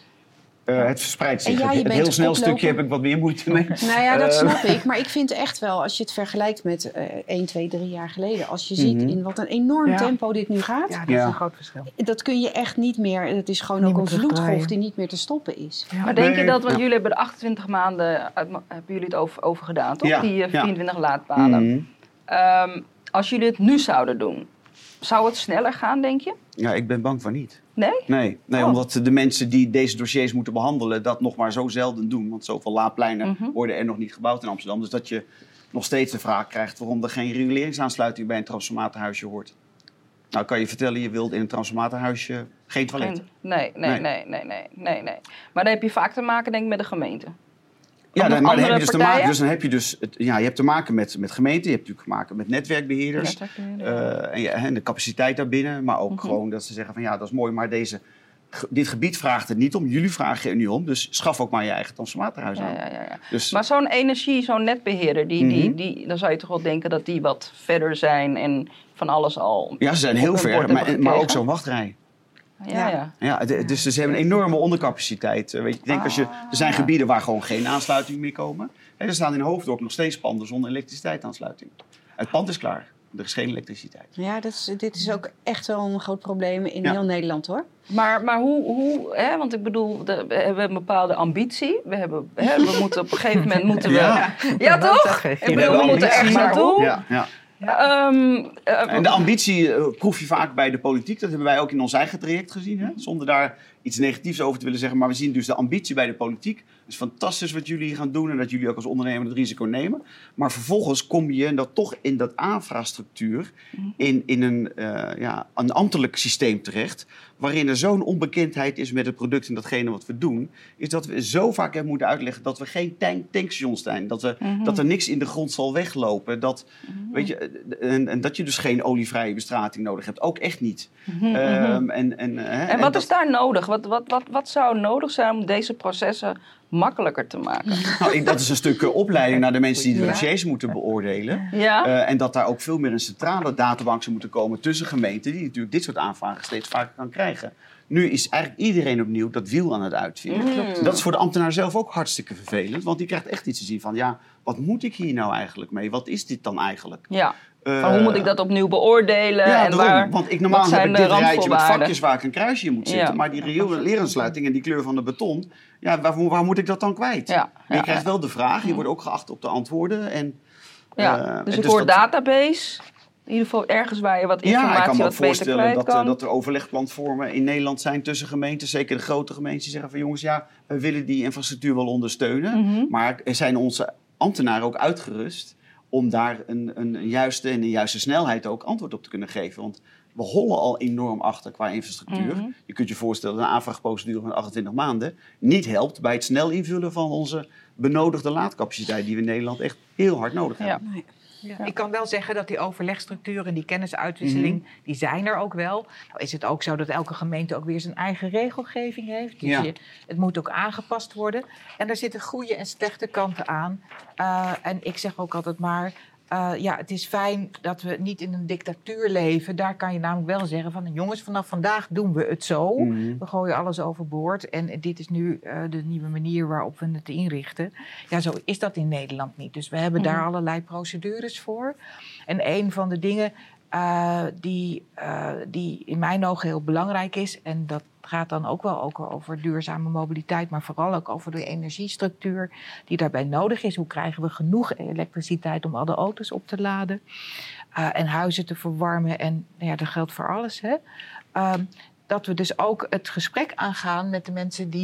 Uh, het verspreidt zich. En ja, je het bent heel snel oplopen. stukje heb ik wat meer moeite mee. Nou ja, dat Uh, snap ik. Maar ik vind echt wel, als je het vergelijkt met uh, één, twee, drie jaar geleden. Als je ziet Mhm. in wat een enorm Ja. tempo dit nu gaat. Ja, dat is Ja. een groot verschil. Dat kun je echt niet meer. Het is gewoon Niet ook meer een vloedgolf terugdraaien. die niet meer te stoppen is. Ja. Maar denk je Nee, dat, want ja. jullie hebben de achtentwintig maanden, uit- hebben jullie het over, over gedaan, toch? Ja, Die uh, ja. vierentwintig laadpalen. Mhm. Ehm, als jullie het nu zouden doen, zou het sneller gaan, denk je? Ja, ik ben bang van niet. Nee? Nee, nee Oh. omdat de mensen die deze dossiers moeten behandelen dat nog maar zo zelden doen. Want zoveel laadpleinen Mhm. worden er nog niet gebouwd in Amsterdam. Dus dat je nog steeds de vraag krijgt waarom er geen reguleringsaansluiting bij een transformatorhuisje hoort. Nou, kan je vertellen, je wilt in een transformatorhuisje geen toilet. Geen- Nee, nee, Nee. nee, nee, nee, nee, nee. Maar dan heb je vaak te maken, denk ik, met de gemeente. Ja, nog dan, maar dan heb andere je dus te partijen? maken, dus dan heb je dus het, ja, je hebt te maken met, met gemeenten, je hebt natuurlijk te maken met netwerkbeheerders. Uh, en, ja, en de capaciteit daarbinnen, maar ook Mhm. gewoon dat ze zeggen van ja, dat is mooi, maar deze, ge- dit gebied vraagt het niet om, jullie vragen er niet om, dus schaf ook maar je eigen transformatorhuis Ja, aan. ja, ja, ja. Dus, Maar zo'n energie, zo'n netbeheerder, die, die, Mhm. die, dan zou je toch wel denken dat die wat verder zijn en van alles al. ja, ze zijn op heel hun ver, bord maar, hebben maar ook gekregen. zo'n wachtrij. Ja, ja. Ja, de- dus ze hebben een enorme ondercapaciteit. Uh, weet je, ik denk als je, er zijn Ah. gebieden waar gewoon geen aansluiting meer komen. En er staan in Hoofddorp nog steeds panden zonder elektriciteitsaansluiting. Het pand is klaar, er is geen elektriciteit. Ja, dat is, dit is ook echt wel een groot probleem in Ja. heel Nederland hoor. Maar, maar hoe, hoe hè? Want ik bedoel, de, we hebben een bepaalde ambitie. We, hebben, hè, we moeten op een gegeven moment moeten we. Ja. Ja, dat toch? zeg ik. Ik We bedoel, we hebben moeten ergens ambitie. naartoe. Ja, ja. Ehm, eh, En de ambitie eh, proef je vaak bij de politiek. Dat hebben wij ook in ons eigen traject gezien. Hè? Zonder daar iets negatiefs over te willen zeggen. Maar we zien dus de ambitie bij de politiek. Het is fantastisch wat jullie gaan doen. En dat jullie ook als ondernemer het risico nemen. Maar vervolgens kom je dat toch in dat infrastructuur. In, in een, uh, ja, een ambtelijk systeem terecht. Waarin er zo'n onbekendheid is met het product en datgene wat we doen. Is dat we zo vaak hebben moeten uitleggen dat we geen tank, tankstations zijn. Dat, we, Mhm. dat er niks in de grond zal weglopen. Dat, weet je, en, en dat je dus geen olievrije bestrating nodig hebt. Ook echt niet. mhm, Um, mhm. en, en, hè, En wat dat- is daar nodig? Wat, wat, wat, wat zou nodig zijn om deze processen makkelijker te maken? Nou, ik- dat is een stuk uh, opleiding naar de mensen die de Ja. dossiers moeten beoordelen. Ja? Uh, en dat daar ook veel meer een centrale databank zou moeten komen tussen gemeenten. Die natuurlijk dit soort aanvragen steeds vaker kan krijgen. Nu is eigenlijk iedereen opnieuw dat wiel aan het uitvinden. Mm. Dat is voor de ambtenaar zelf ook hartstikke vervelend. Want die krijgt echt iets te zien van, ja, wat moet ik hier nou eigenlijk mee? Wat is dit dan eigenlijk? Ja. Uh, Van hoe moet ik dat opnieuw beoordelen? Ja, en daarom. waar, Want ik normaal wat heb zijn ik de dit rijtje met randvoorwaarden? vakjes waar ik een kruisje in moet zitten. Ja. Maar die leeraansluiting en die kleur van de beton, ja, waar, waar moet ik dat dan kwijt? Ja, Maar je ja, krijgt ja. wel de vraag, je wordt ook geacht op de antwoorden. En, Ja. uh, dus en ik hoor dat- database. In ieder geval ergens waar je wat Ja, ik informatie kan me ook wat beter voorstellen kwijt dat, kan. uh, dat er overlegplatformen in Nederland zijn tussen gemeenten. Zeker de grote gemeenten die zeggen van jongens, ja, we willen die infrastructuur wel ondersteunen. Mhm. Maar er zijn onze ambtenaren ook uitgerust om daar een, een, een juiste en een juiste snelheid ook antwoord op te kunnen geven. Want we hollen al enorm achter qua infrastructuur. Mhm. Je kunt je voorstellen dat een aanvraagprocedure van achtentwintig maanden niet helpt bij het snel invullen van onze benodigde laadcapaciteit die we in Nederland echt heel hard nodig Ja. hebben. Nee. Ja. Ja. Ik kan wel zeggen dat die overlegstructuur en die kennisuitwisseling, die zijn er ook wel. Nou is het ook zo dat elke gemeente ook weer zijn eigen regelgeving heeft. Dus Ja. je, het moet ook aangepast worden. En daar zitten goede en slechte kanten aan. Uh, en ik zeg ook altijd maar, uh, ja, het is fijn dat we niet in een dictatuur leven. Daar kan je namelijk wel zeggen van, jongens, vanaf vandaag doen we het zo. Mhm. We gooien alles overboord en dit is nu uh, de nieuwe manier waarop we het inrichten. Ja, zo is dat in Nederland niet. Dus we hebben Mhm. daar allerlei procedures voor. En een van de dingen uh, die, uh, die in mijn ogen heel belangrijk is, en dat gaat dan ook wel ook over duurzame mobiliteit, maar vooral ook over de energiestructuur die daarbij nodig is. Hoe krijgen we genoeg elektriciteit om alle auto's op te laden uh, en huizen te verwarmen? En nou ja, dat geldt voor alles, hè? Um, dat we dus ook het gesprek aangaan met de mensen die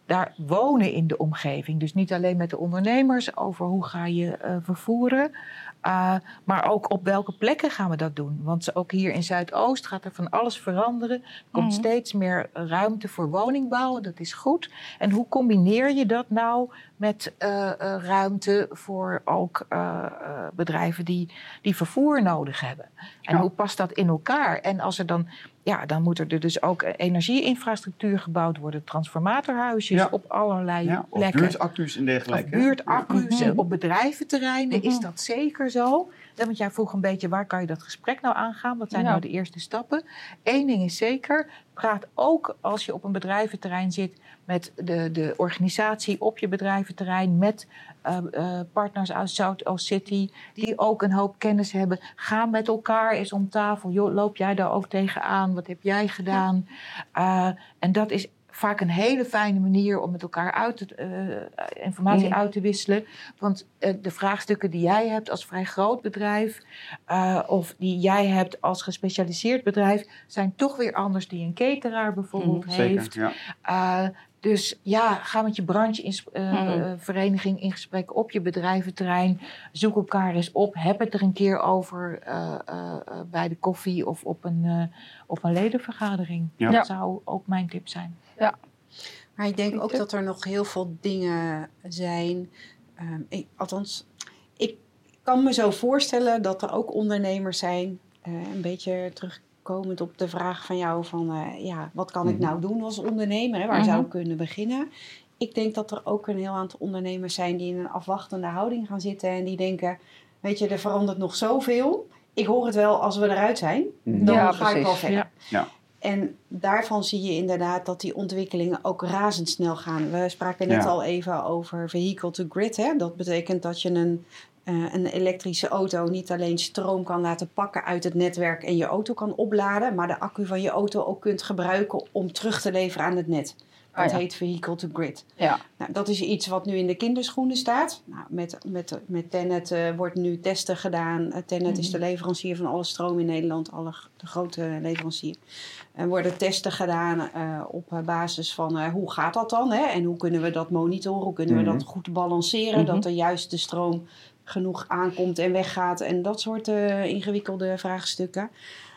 daar wonen in de omgeving. Dus niet alleen met de ondernemers over hoe ga je uh, vervoeren. Uh, maar ook op welke plekken gaan we dat doen. Want ook hier in Zuidoost gaat er van alles veranderen. Er komt mm-hmm. steeds meer ruimte voor woningbouw. Dat is goed. En hoe combineer je dat nou met uh, uh, ruimte voor ook uh, uh, bedrijven die, die vervoer nodig hebben? En ja. hoe past dat in elkaar? En als er dan... Ja, dan moet er dus ook energieinfrastructuur gebouwd worden. Transformatorhuisjes ja. op allerlei ja, of plekken. buurtaccu's en dergelijke. Of buurtaccu's ja. op bedrijventerreinen. Mm-hmm. Is dat zeker zo? Dan, want jij vroeg een beetje, waar kan je dat gesprek nou aangaan? Wat zijn ja. nou de eerste stappen? Eén ding is zeker, praat ook als je op een bedrijventerrein zit... met de, de organisatie op je bedrijventerrein... met uh, uh, partners uit Zuidoost City... die ook een hoop kennis hebben. Ga met elkaar eens om tafel. Jo, loop jij daar ook tegenaan? Wat heb jij gedaan? Uh, en dat is vaak een hele fijne manier om met elkaar uit te, uh, informatie mm. uit te wisselen. Want uh, de vraagstukken die jij hebt als vrij groot bedrijf... Uh, of die jij hebt als gespecialiseerd bedrijf... zijn toch weer anders die een cateraar bijvoorbeeld mm, heeft. Zeker, ja. Uh, Dus ja, ga met je branchevereniging uh, mm. in gesprek op je bedrijventerrein. Zoek elkaar eens op. Heb het er een keer over uh, uh, bij de koffie of op een, uh, op een ledenvergadering. Ja. Dat zou ook mijn tip zijn. Ja. Maar ik denk ook dat er nog heel veel dingen zijn. Um, ik, althans, ik kan me zo voorstellen dat er ook ondernemers zijn. Uh, een beetje terug. Komend op de vraag van jou van, uh, ja, wat kan ik nou doen als ondernemer? Hè? Waar mm-hmm. zou ik kunnen beginnen? Ik denk dat er ook een heel aantal ondernemers zijn die in een afwachtende houding gaan zitten en die denken, weet je, er verandert nog zoveel. Ik hoor het wel als we eruit zijn, mm-hmm. dan ja, ga precies. ik wel verder. Ja. Ja. En daarvan zie je inderdaad dat die ontwikkelingen ook razendsnel gaan. We spraken net ja. al even over vehicle to grid. Hè? Dat betekent dat je een Uh, een elektrische auto niet alleen stroom kan laten pakken uit het netwerk en je auto kan opladen, maar de accu van je auto ook kunt gebruiken om terug te leveren aan het net. Dat ah, ja. heet vehicle to grid. Ja. Nou, dat is iets wat nu in de kinderschoenen staat. Nou, met, met, met Tennet uh, wordt nu testen gedaan. Uh, Tennet mm-hmm. is de leverancier van alle stroom in Nederland, alle, de grote leverancier. Er worden testen gedaan uh, op basis van uh, hoe gaat dat dan? Hè? En hoe kunnen we dat monitoren? Hoe kunnen mm-hmm. we dat goed balanceren? Mm-hmm. Dat er juist de stroom genoeg aankomt en weggaat en dat soort uh, ingewikkelde vraagstukken.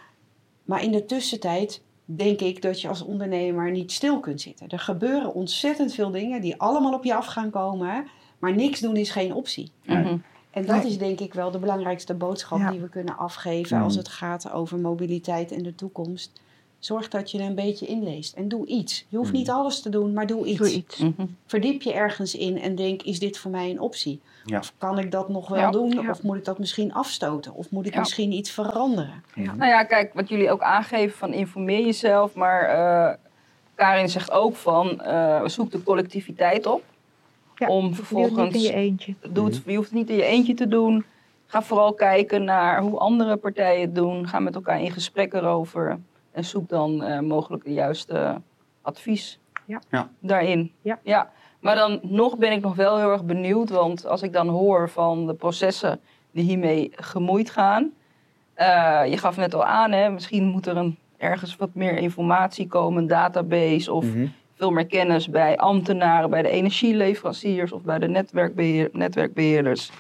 Maar in de tussentijd denk ik dat je als ondernemer niet stil kunt zitten. Er gebeuren ontzettend veel dingen die allemaal op je af gaan komen, maar niks doen is geen optie. Mm-hmm. En dat is denk ik wel de belangrijkste boodschap ja. die we kunnen afgeven mm. als het gaat over mobiliteit en de toekomst. Zorg dat je er een beetje inleest en doe iets. Je hoeft mm. niet alles te doen, maar doe iets. Doe iets. Mm-hmm. Verdiep je ergens in en denk, is dit voor mij een optie? Ja. Of kan ik dat nog wel ja. doen? Ja. Of moet ik dat misschien afstoten? Of moet ik ja. misschien iets veranderen? Ja. Nou ja, kijk, wat jullie ook aangeven van informeer jezelf. Maar uh, Karin zegt ook van, uh, zoek de collectiviteit op. Ja, om vervolgens, je hoeft het niet in je eentje. Doet, je hoeft het niet in je eentje te doen. Ga vooral kijken naar hoe andere partijen het doen. Ga met elkaar in gesprek erover. En zoek dan uh, mogelijk de juiste advies ja. Ja. daarin. Ja. Ja. Maar dan nog ben ik nog wel heel erg benieuwd. Want als ik dan hoor van de processen die hiermee gemoeid gaan. Uh, je gaf net al aan, hè, misschien moet er een, ergens wat meer informatie komen. Een database of mm-hmm. veel meer kennis bij ambtenaren, bij de energieleveranciers of bij de netwerkbeheer, netwerkbeheerders.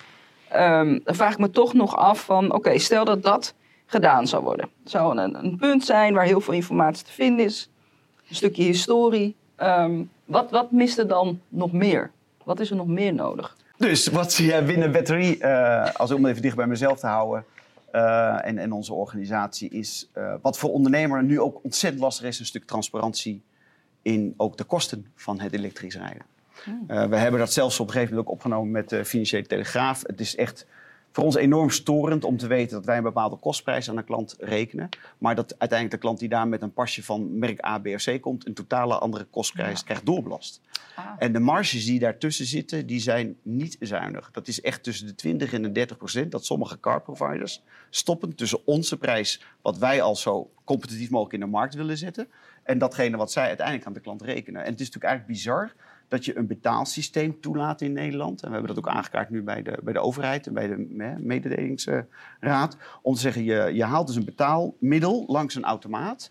Um, dan vraag ik me toch nog af van, oké, okay, stel dat dat gedaan zou worden. Het zou een, een punt zijn waar heel veel informatie te vinden is. Een stukje historie. Um, wat, wat mist er dan nog meer? Wat is er nog meer nodig? Dus wat zie jij binnen Battery, uh, als om even dicht bij mezelf te houden, uh, en, en onze organisatie, is uh, wat voor ondernemer nu ook ontzettend lastig is, een stuk transparantie in ook de kosten van het elektrisch rijden. Hmm. Uh, we hebben dat zelfs op een gegeven moment ook opgenomen met de Financiële Telegraaf. Het is echt voor ons enorm storend om te weten dat wij een bepaalde kostprijs aan de klant rekenen. Maar dat uiteindelijk de klant die daar met een pasje van merk A, B of C komt, een totale andere kostprijs ja. krijgt doorbelast. Ah. En de marges die daartussen zitten, die zijn niet zuinig. Dat is echt tussen de twintig en de dertig procent dat sommige car providers stoppen tussen onze prijs, wat wij al zo competitief mogelijk in de markt willen zetten, en datgene wat zij uiteindelijk aan de klant rekenen. En het is natuurlijk eigenlijk bizar dat je een betaalsysteem toelaat in Nederland. En we hebben dat ook aangekaart nu bij de, bij de overheid en bij de hè, mededelingsraad. Om te zeggen, je, je haalt dus een betaalmiddel langs een automaat.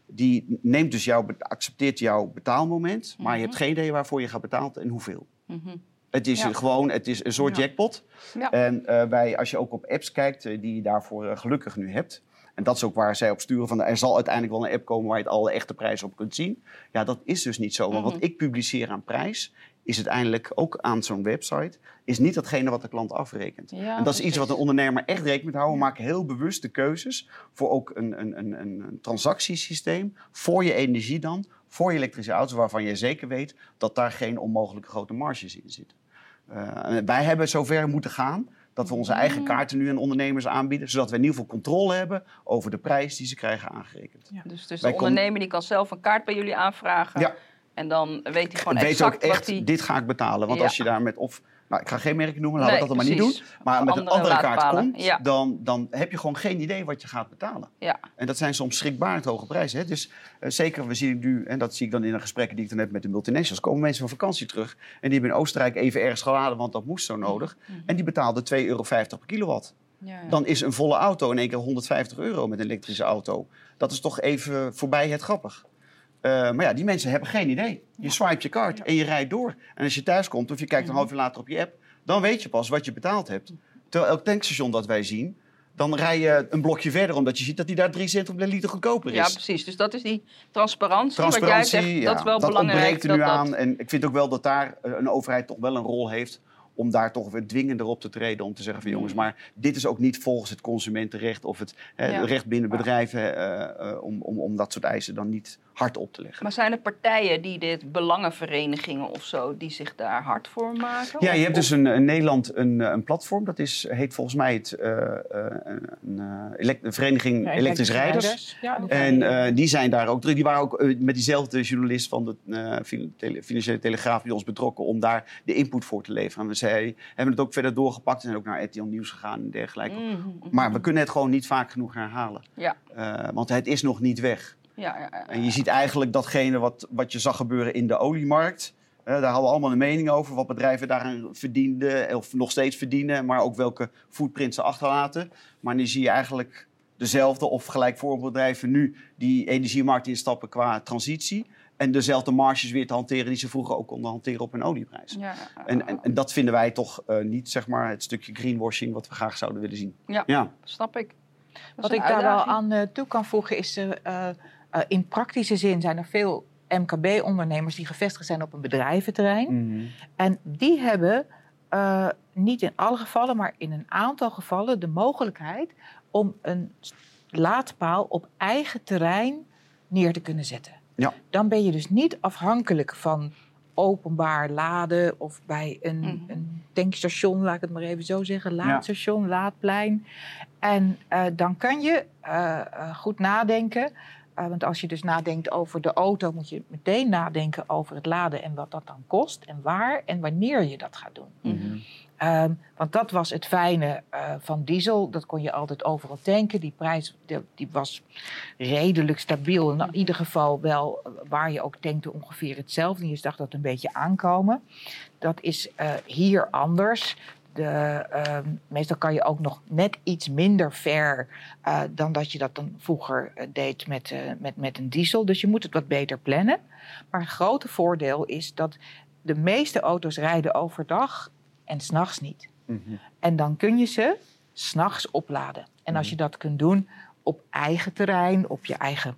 die neemt dus jouw, accepteert jouw betaalmoment, maar Mm-hmm. je hebt geen idee waarvoor je gaat betalen en hoeveel. Mm-hmm. Het is Ja. gewoon, het is een soort Ja. jackpot. Ja. En uh, wij, als je ook op apps kijkt, uh, die je daarvoor uh, gelukkig nu hebt. En dat is ook waar zij op sturen van, er zal uiteindelijk wel een app komen waar je het alle echte prijzen op kunt zien. Ja, dat is dus niet zo. Want Mm-hmm. wat ik publiceer aan prijs, is uiteindelijk ook aan zo'n website, is niet datgene wat de klant afrekent. Ja, en dat is precies. iets wat een ondernemer echt rekening moet houden. We maken heel bewust de keuzes voor ook een, een, een, een transactiesysteem voor je energie dan, voor je elektrische auto's, waarvan je zeker weet dat daar geen onmogelijke grote marges in zitten. Uh, wij hebben zover moeten gaan dat we onze eigen kaarten nu aan ondernemers aanbieden, zodat we in ieder geval controle hebben over de prijs die ze krijgen aangerekend. Ja. Dus, dus Wij de kon- ondernemer die kan zelf een kaart bij jullie aanvragen. Ja. En dan weet hij gewoon Weet exact ook echt, wat hij... dit ga ik betalen. Want Ja. als je daar met of, nou ik ga geen merken noemen, laten we Nee, dat dan maar niet precies. doen. Maar met een Andere andere kaart laadpalen. komt, Ja. dan, dan heb je gewoon geen idee wat je gaat betalen. Ja. En dat zijn soms schrikbarend hoge prijzen. Hè? Dus uh, zeker, we zien nu, en dat zie ik dan in de gesprekken die ik dan heb met de multinationals, komen mensen van vakantie terug. En die hebben in Oostenrijk even ergens geladen, want dat moest zo nodig. Mm-hmm. En die betaalden twee euro vijftig per kilowatt. Ja, ja. Dan is een volle auto in één keer honderdvijftig euro met een elektrische auto. Dat is toch even voorbij het grappig. Uh, maar ja, die mensen hebben geen idee. Je swipe je kaart en je rijdt door. En als je thuis komt of je kijkt een half uur later op je app, dan weet je pas wat je betaald hebt. Terwijl elk tankstation dat wij zien, dan rij je een blokje verder, omdat je ziet dat die daar drie cent op de liter goedkoper is. Ja, precies. Dus dat is die transparantie. Transparantie, wat jij zegt, ja, dat is wel dat belangrijk. ontbreekt er nu dat dat- aan. En ik vind ook wel dat daar uh, een overheid toch wel een rol heeft om daar toch weer dwingender op te treden. Om te zeggen van jongens, maar dit is ook niet volgens het consumentenrecht of het hè, Ja. recht binnen bedrijven uh, uh, om, om, om dat soort eisen dan niet hard op te leggen. Maar zijn er partijen die dit, belangenverenigingen of zo, die zich daar hard voor maken? Ja, je Of- hebt dus een, in Nederland een, een platform. Dat is, heet volgens mij het, uh, uh, een, uh, elekt- de Vereniging Ja, Elektrische Rijders. Ja, dat- En uh, die zijn daar ook, die waren ook uh, met diezelfde journalist van de uh, fin- tele- Financiële Telegraaf bij ons betrokken om daar de input voor te leveren. En we zei, hebben het ook verder doorgepakt en zijn ook naar R T L Nieuws gegaan en dergelijke. Mhm, mhm. Maar we kunnen het gewoon niet vaak genoeg herhalen. Ja. Uh, want het is nog niet weg. Ja, ja, ja. En je ziet eigenlijk datgene wat, wat je zag gebeuren in de oliemarkt. Uh, daar hadden we allemaal een mening over. Wat bedrijven daaraan verdienden of nog steeds verdienen. Maar ook welke footprint ze achterlaten. Maar nu zie je eigenlijk dezelfde of gelijkvormige bedrijven nu die energiemarkt instappen qua transitie. En dezelfde marges weer te hanteren die ze vroeger ook konden hanteren op hun olieprijs. Ja, ja, ja. En, en, en dat vinden wij toch uh, niet zeg maar, het stukje greenwashing wat we graag zouden willen zien. Ja. Ja. Snap ik. Dat is Wat een ik daar wel uitdaging. aan uh, toe kan voegen is, uh, uh, uh, in praktische zin zijn er veel M K B-ondernemers die gevestigd zijn op een bedrijventerrein. Mm-hmm. En die hebben uh, niet in alle gevallen, maar in een aantal gevallen de mogelijkheid om een laadpaal op eigen terrein neer te kunnen zetten. Ja. Dan ben je dus niet afhankelijk van openbaar laden of bij een, Mm-hmm. een tankstation, laat ik het maar even zo zeggen, laadstation, laadplein. En uh, dan kan je uh, uh, goed nadenken. Uh, want als je dus nadenkt over de auto, moet je meteen nadenken over het laden en wat dat dan kost en waar en wanneer je dat gaat doen. Mm-hmm. Um, want dat was het fijne uh, van diesel. Dat kon je altijd overal tanken. Die prijs die, die was redelijk stabiel. In ieder geval wel waar je ook tankte ongeveer hetzelfde. Je zag dat een beetje aankomen. Dat is uh, hier anders. De, uh, meestal kan je ook nog net iets minder ver uh, dan dat je dat dan vroeger uh, deed met, uh, met, met een diesel. Dus je moet het wat beter plannen. Maar het grote voordeel is dat de meeste auto's rijden overdag en 's nachts niet. Mm-hmm. En dan kun je ze 's nachts opladen. En als je dat kunt doen op eigen terrein, op je eigen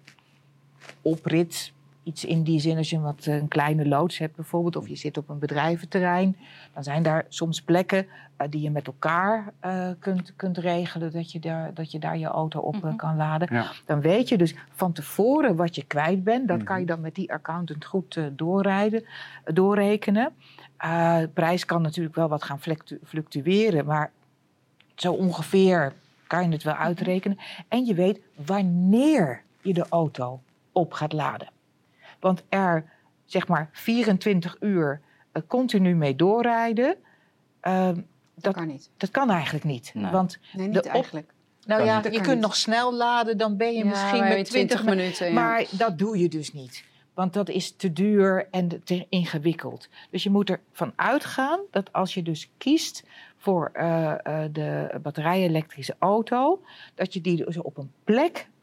oprit, iets in die zin als je een, wat, een kleine loods hebt bijvoorbeeld, of je zit op een bedrijventerrein, dan zijn daar soms plekken uh, die je met elkaar uh, kunt, kunt regelen, dat je, daar, dat je daar je auto op uh, Mm-hmm. kan laden. Ja. Dan weet je dus van tevoren wat je kwijt bent. Dat Mm-hmm. kan je dan met die accountant goed uh, doorrijden, uh, doorrekenen. Uh, de prijs kan natuurlijk wel wat gaan fluctu- fluctueren, maar zo ongeveer kan je het wel uitrekenen. En je weet wanneer je de auto op gaat laden. Want er, zeg maar, vierentwintig uur uh, continu mee doorrijden, uh, Dat, dat, kan niet. dat kan eigenlijk niet. Nee. Want, Nee, niet de op- eigenlijk. nou Kan ja, niet. Dat je kan kunt niet. nog snel laden, dan ben je Ja, misschien maar met twintig minuten. Ja. Maar dat doe je dus niet. Want dat is te duur en te ingewikkeld. Dus je moet ervan uitgaan dat als je dus kiest voor uh, uh, de batterij-elektrische auto, dat je die dus op een plek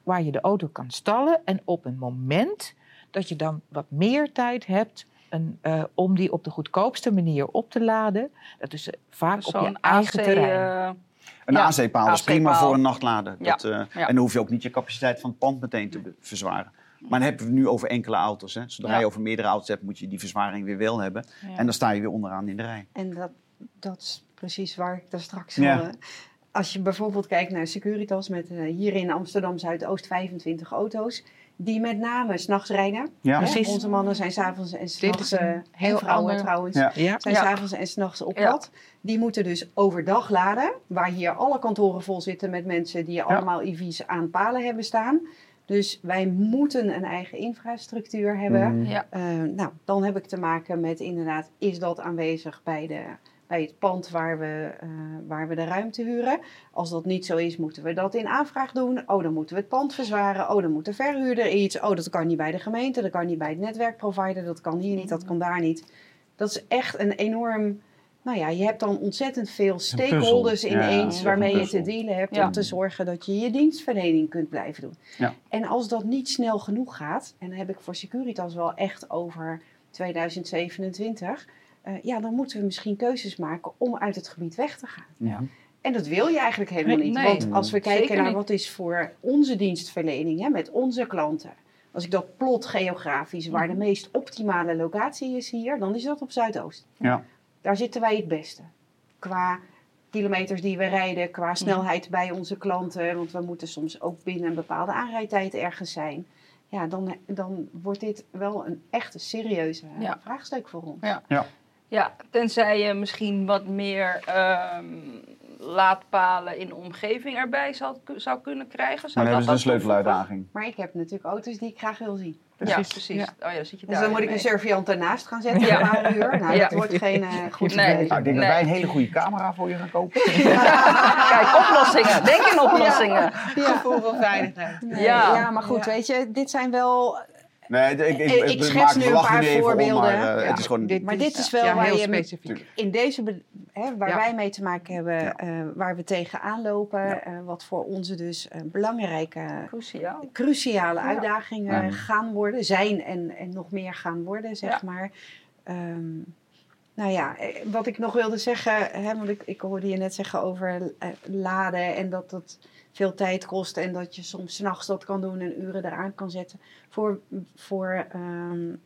waar je de auto kan stallen. En op een moment dat je dan wat meer tijd hebt een, uh, om die op de goedkoopste manier op te laden. Dat is uh, vaak op je eigen A C, terrein. Uh, Een ja, A C-paal is prima voor een nachtlader. Ja. Dat, uh, ja. En dan hoef je ook niet je capaciteit van het pand meteen te verzwaren. Maar dan hebben we het nu over enkele auto's. Hè. Zodra ja. je over meerdere auto's hebt, moet je die verzwaring weer wel hebben. Ja. En dan sta je weer onderaan in de rij. En dat, dat is precies waar ik daar straks ja. al... Als je bijvoorbeeld kijkt naar Securitas met uh, hier in Amsterdam Zuidoost vijfentwintig auto's... die met name 's nachts rijden. Ja. Precies. Onze mannen zijn 's avonds en 's nachts... Uh, heel vrouwen ander. trouwens. Ja. Ja. Zijn ja. 's avonds en 's nachts op pad. Ja. Die moeten dus overdag laden. Waar hier alle kantoren vol zitten met mensen... die ja. allemaal I V's aan palen hebben staan... Dus wij moeten een eigen infrastructuur hebben. Mm. Ja. Uh, nou, dan heb ik te maken met inderdaad, is dat aanwezig bij, de, bij het pand waar we, uh, waar we de ruimte huren? Als dat niet zo is, moeten we dat in aanvraag doen. Oh, dan moeten we het pand verzwaren. Oh, dan moet de verhuurder iets. Oh, dat kan niet bij de gemeente, dat kan niet bij het netwerkprovider. Dat kan hier niet, dat kan daar niet. Dat is echt een enorm... Nou ja, je hebt dan ontzettend veel stakeholders ineens ja, waarmee je te dealen hebt ja. om te zorgen dat je je dienstverlening kunt blijven doen. Ja. En als dat niet snel genoeg gaat, en dan heb ik voor Securitas wel echt over tweeduizend zevenentwintig, uh, ja, dan moeten we misschien keuzes maken om uit het gebied weg te gaan. Ja. En dat wil je eigenlijk helemaal niet. Nee, Want als we kijken naar niet. wat is voor onze dienstverlening, hè, met onze klanten. Als ik dat plot geografisch, waar de meest optimale locatie is hier, dan is dat op Zuidoost. Ja. Daar zitten wij het beste. Qua kilometers die we rijden, qua snelheid bij onze klanten. Want we moeten soms ook binnen een bepaalde aanrijdtijd ergens zijn. Ja, dan, dan wordt dit wel een echte serieuze ja. vraagstuk voor ons. Ja. Ja. ja, tenzij je misschien wat meer um, laadpalen in de omgeving erbij zou, zou kunnen krijgen. Zou maar dan hebben ze een sleuteluitdaging. Maar ik heb natuurlijk auto's die ik graag wil zien. Precies. Ja, precies. Ja. Oh ja, dan zit je dus daar dan moet ik mee. een surveillant ernaast gaan zetten ja. na een uur. Nou, ja. dat wordt geen uh, goed nee. idee. Nou, ik denk nee. dat wij een hele goede camera voor je gaan kopen. Ja. Kijk, oplossingen. Denk in oplossingen. Ja. Gevoel van veiligheid. Nee, ja. ja, maar goed, ja. weet je, dit zijn wel... Nee, ik, ik, ik, ik, ik schets nu een paar voorbeelden. Om, maar, uh, ja. het is gewoon... dit, maar dit is wel ja, waar heel je specifiek. in deze, hè, waar ja. wij mee te maken hebben, Ja. uh, waar we tegenaan lopen, ja. uh, wat voor onze dus uh, belangrijke, Cruciaal. cruciale ja. uitdagingen ja. gaan worden, zijn en, en nog meer gaan worden, zeg ja. maar. Um, nou ja, wat ik nog wilde zeggen, hè, want ik, ik hoorde je net zeggen over uh, laden en dat dat veel tijd kost en dat je soms 's nachts dat kan doen en uren eraan kan zetten. Voor, voor um,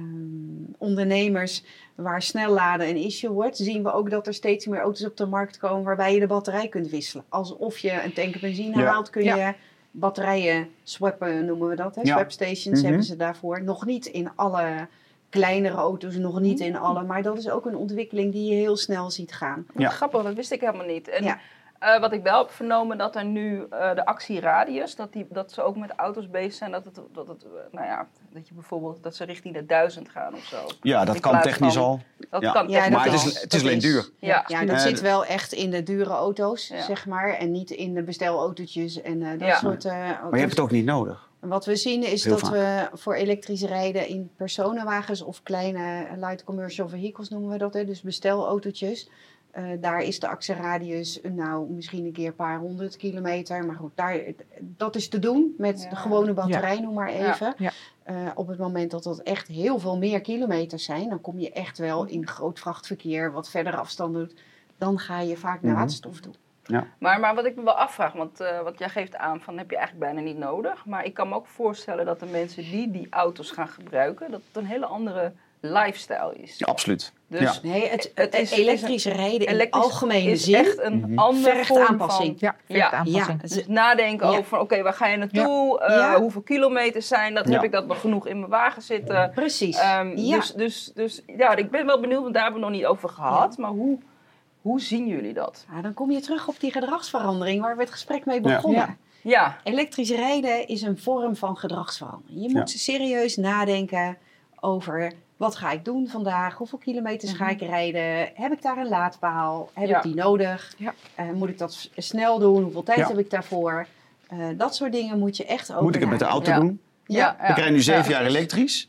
um, ondernemers waar snel laden een issue wordt, zien we ook dat er steeds meer auto's op de markt komen waarbij je de batterij kunt wisselen. Alsof je een tank benzine ja. haalt, kun ja. je batterijen swappen, noemen we dat. Hè? Ja. Swapstations Mm-hmm. hebben ze daarvoor. Nog niet in alle kleinere auto's, nog niet in alle, maar dat is ook een ontwikkeling die je heel snel ziet gaan. Wat Ja. grappig, dat wist ik helemaal niet. En Ja. uh, wat ik wel heb vernomen, dat er nu uh, de actieradius, dat, die, dat ze ook met auto's bezig zijn, dat, het, dat, het, uh, nou ja, dat je bijvoorbeeld, dat ze richting de duizend gaan of zo. Ja, dat In kan plaats technisch van- al. Dat Ja. kan Ja, technisch Maar het al. is, het is dat alleen is- duur. Ja. Ja, dat Eh, zit wel echt in de dure auto's, Ja. zeg maar. En niet in de bestelautootjes en uh, dat Ja. soort uh, auto's. Maar je hebt het ook niet nodig. Wat we zien is Heel dat we voor elektrisch rijden in personenwagens of kleine light commercial vehicles noemen we dat. Hè, dus bestelautootjes. Uh, daar is de actieradius uh, nou misschien een keer een paar honderd kilometer. Maar goed, daar, dat is te doen met Ja. de gewone batterij, ja. noem maar even. Ja. Uh, op het moment dat dat echt heel veel meer kilometers zijn, dan kom je echt wel in groot vrachtverkeer, wat verder afstand doet. Dan ga je vaak naar Mhm. waterstof toe. Maar, maar wat ik me wel afvraag, want uh, wat jij geeft aan van heb je eigenlijk bijna niet nodig. Maar ik kan me ook voorstellen dat de mensen die die auto's gaan gebruiken, dat het een hele andere lifestyle is. Ja, absoluut. Dus Ja. Nee, het, Het is- elektrisch rijden in elektrisch algemene is zin echt een Mhm. andere vergt vorm aanpassing. van... Ja, Ja. aanpassing. Ja, Dus nadenken Ja. over van oké, waar ga je naartoe? Uh, Ja. Hoeveel kilometers zijn dat? Ja. Heb ik dat nog genoeg in mijn wagen zitten? Precies. Um, Ja. Dus, dus, dus ja, ik ben wel benieuwd, want daar hebben we het nog niet over gehad. Maar hoe, hoe zien jullie dat? Ja, dan kom je terug op die gedragsverandering waar we het gesprek mee begonnen. Ja. Ja, Elektrisch rijden is een vorm van gedragsverandering. Je moet serieus nadenken over wat ga ik doen vandaag? Hoeveel kilometers ga ik rijden? Heb ik daar een laadpaal? Heb Ja. ik die nodig? Ja. Uh, moet ik dat s- snel doen? Hoeveel tijd Ja. heb ik daarvoor? Uh, dat soort dingen moet je echt over Moet ik het met de auto Ja. doen? ja, ja. Ik rijd nu zeven ja. jaar elektrisch.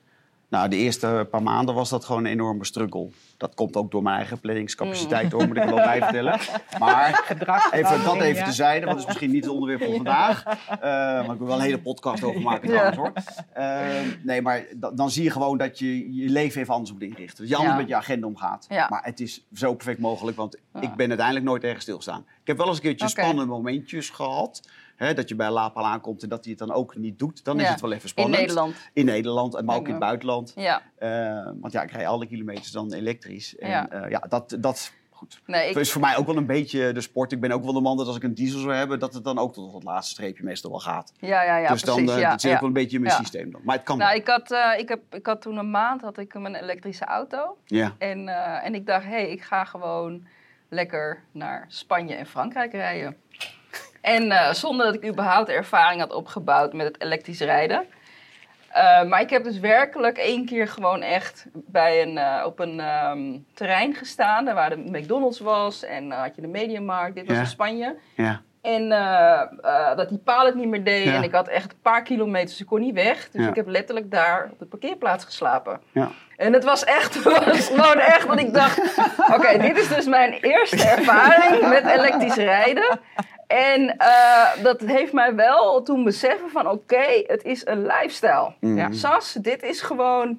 Nou, de eerste paar maanden was dat gewoon een enorme struggle. Dat komt ook door mijn eigen planningscapaciteit, hoor, moet ik er wel bij vertellen. Maar even, dat even tezijde, want dat is misschien niet het onderwerp van vandaag. Uh, maar ik wil wel een hele podcast over maken trouwens, hoor. Uh, nee, maar da- dan zie je gewoon dat je je leven even anders moet inrichten. Dat je anders Ja. met je agenda omgaat. Ja. Maar het is zo perfect mogelijk, want Ja. ik ben uiteindelijk nooit ergens stilgestaan. Ik heb wel eens een keertje Oké. spannende momentjes gehad. Hè, dat je bij Lapal aankomt en dat hij het dan ook niet doet. Dan is Ja. het wel even In spannend. Nederland. In Nederland, maar ook in Ja. het buitenland. Ja. Uh, want ja, ik rij alle kilometers dan elektrisch. En Ja. ja, ja dat, dat goed. Nee, ik, Het is voor mij ook wel een beetje de sport. Ik ben ook wel de man dat als ik een diesel zou hebben, dat het dan ook tot het laatste streepje meestal wel gaat. ja, ja, ja, dus dan precies. uh, ja, dat zit ja. ook wel een beetje in mijn Ja. systeem dan. Maar het kan Nou, wel. ik had, uh, ik, heb, ik had toen een maand had ik mijn elektrische auto. Ja. En, uh, en ik dacht, hé, hey, ik ga gewoon lekker naar Spanje en Frankrijk rijden. En uh, zonder dat ik überhaupt ervaring had opgebouwd met het elektrisch rijden. Uh, maar ik heb dus werkelijk één keer gewoon echt bij een, uh, op een um, terrein gestaan. Daar waar de McDonald's was en uh, had je de Mediamarkt. Dit was Ja. in Spanje. Ja. En uh, uh, dat die paal het niet meer deed. Ja. En ik had echt een paar kilometers, dus ik kon niet weg. Dus Ja. ik heb letterlijk daar op de parkeerplaats geslapen. Ja. En het was echt, was gewoon echt, want ik dacht... Oké, okay, dit is dus mijn eerste ervaring met elektrisch rijden. En uh, dat heeft mij wel toen beseffen van... Oké, okay, het is een lifestyle. Mm. Ja. Sas, dit is gewoon...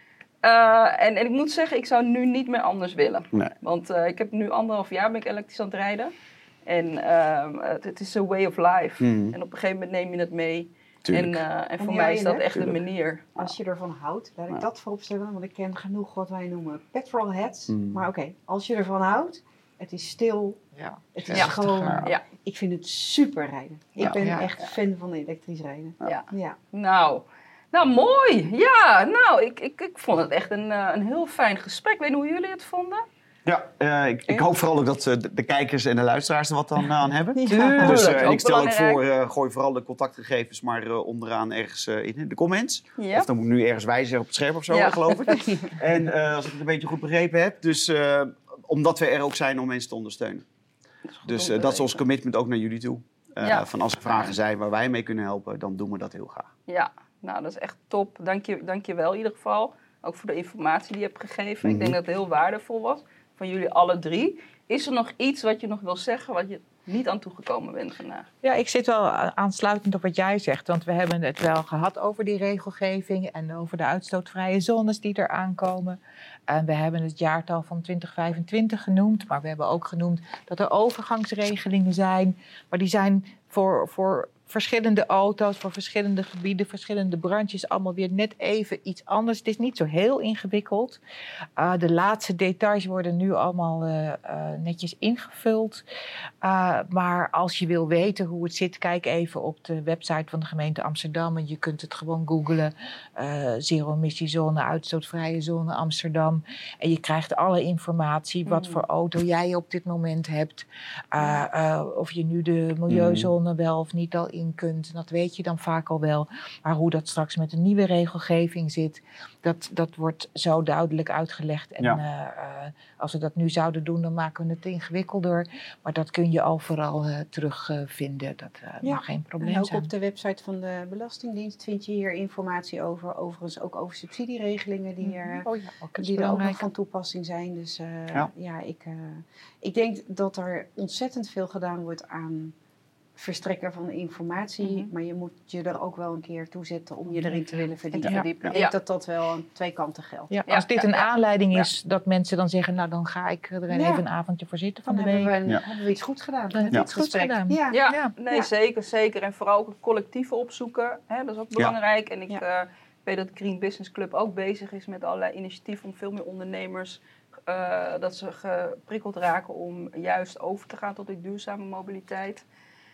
Uh, en, en ik moet zeggen, ik zou nu niet meer anders willen. Nee. Want uh, ik heb nu anderhalf jaar ben ik elektrisch aan het rijden. En uh, het, het is een way of life. Mm. En op een gegeven moment neem je het mee. Tuurlijk. En, uh, en voor En mij jij, is dat hè? echt Tuurlijk. een manier. Als je ervan houdt, laat ik Ja. dat vooropstellen, want ik ken genoeg wat wij noemen petrolheads. Mm. Maar oké, okay, als je ervan houdt, het is stil, Ja. het is Ja. gewoon, Ja. Ja. ik vind het super rijden. Ja. Ik ben Ja. echt fan van elektrisch rijden. Ja. Ja. Nou, nou mooi. Ja, nou, ik, ik, ik vond het echt een, uh, een heel fijn gesprek. Ik weet niet hoe jullie het vonden. Ja, uh, ik, ik hoop vooral ook dat uh, de, de kijkers en de luisteraars er wat aan, aan hebben. Ja. Tuurlijk, Dus, uh, en ook ik stel ook belangrijk. voor, uh, gooi vooral de contactgegevens maar uh, onderaan ergens uh, in de comments. Ja. Of dan moet ik nu ergens wijzen op het scherm of zo, Ja. geloof ik. En uh, als ik het een beetje goed begrepen heb. Dus uh, omdat we er ook zijn om mensen te ondersteunen. Dus uh, dat is ons commitment ook naar jullie toe. Uh, Ja. Van als er vragen zijn waar wij mee kunnen helpen, dan doen we dat heel graag. Ja, nou, dat is echt top. Dank je, dank je wel in ieder geval. Ook voor de informatie die je hebt gegeven. Mhm. Ik denk dat het heel waardevol was. Van jullie alle drie. Is er nog iets wat je nog wil zeggen, wat je niet aan toegekomen bent vandaag? Ja, ik zit wel aansluitend op wat jij zegt. Want we hebben het wel gehad over die regelgeving en over de uitstootvrije zones die er aankomen. En we hebben het jaartal van twintig vijfentwintig genoemd. Maar we hebben ook genoemd dat er overgangsregelingen zijn. Maar die zijn voor, voor verschillende auto's, voor verschillende gebieden, verschillende branches. Allemaal weer net even iets anders. Het is niet zo heel ingewikkeld. Uh, de laatste details worden nu allemaal uh, uh, netjes ingevuld. Uh, maar als je wil weten hoe het zit, kijk even op de website van de gemeente Amsterdam. En je kunt het gewoon googlen. Uh, zero-emissiezone, uitstootvrije zone Amsterdam. En je krijgt alle informatie. Wat Mm. voor auto jij op dit moment hebt. Uh, uh, of je nu de milieuzone mm. wel of niet al in kunt. Dat weet je dan vaak al wel. Maar hoe dat straks met een nieuwe regelgeving zit, dat, dat wordt zo duidelijk uitgelegd. En Ja. uh, uh, als we dat nu zouden doen, dan maken we het ingewikkelder. Maar dat kun je overal uh, terugvinden. Uh, dat uh, Ja. mag geen probleem En ook zijn. op de website van de Belastingdienst vind je hier informatie over. Overigens ook over subsidieregelingen die er, Oh ja, ook die er ook nog van toepassing zijn. Dus uh, Ja. ja, ik, uh, ik denk dat er ontzettend veel gedaan wordt aan verstrekken van informatie. Mm-hmm. Maar je moet je er ook wel een keer toe zetten om je erin te willen verdiepen. Ja. Ik Ja. denk dat dat wel aan twee kanten geldt. Ja, Ja, als dit ja, een ja. aanleiding is dat mensen dan zeggen, nou dan ga ik er Ja. even een avondje voor zitten van Dan de hebben week. we, een- Ja. hebben we iets goed gedaan. Dan heb je Ja. iets goeds Gesprek. gedaan. Ja. Ja, Ja. nee, Ja. zeker, zeker. En vooral ook het collectieve opzoeken. Hè, dat is ook belangrijk. En ik Ja. uh, weet dat de Green Business Club ook bezig is met allerlei initiatieven om veel meer ondernemers, uh, dat ze geprikkeld raken om juist over te gaan tot die duurzame mobiliteit.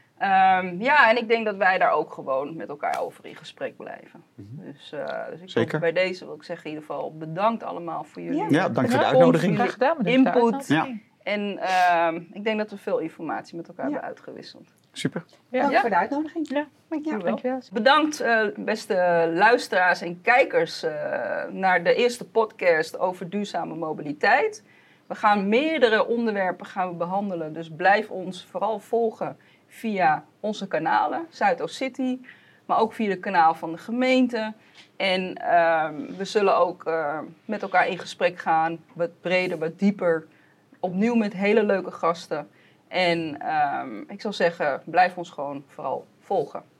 Um, ja, en ik denk dat wij daar ook gewoon met elkaar over in gesprek blijven. Mhm. Dus, uh, dus ik Zeker. wil bij deze wil ik zeggen in ieder geval bedankt allemaal voor jullie. Ja. Ja, dank voor de Ja, uitnodiging. jullie Graag gedaan. bedankt voor de input. uitnodiging. En um, ik denk dat we veel informatie met elkaar Ja. hebben uitgewisseld. Super. Ja. Dank Ja. voor de uitnodiging. Ja, Dankjewel. dankjewel. Bedankt uh, beste luisteraars en kijkers uh, naar de eerste podcast over duurzame mobiliteit. We gaan meerdere onderwerpen gaan we behandelen, dus blijf ons vooral volgen via onze kanalen, Zuidoost City, maar ook via het kanaal van de gemeente. En uh, we zullen ook uh, met elkaar in gesprek gaan, wat breder, wat dieper. Opnieuw met hele leuke gasten. En uh, ik zou zeggen, blijf ons gewoon vooral volgen.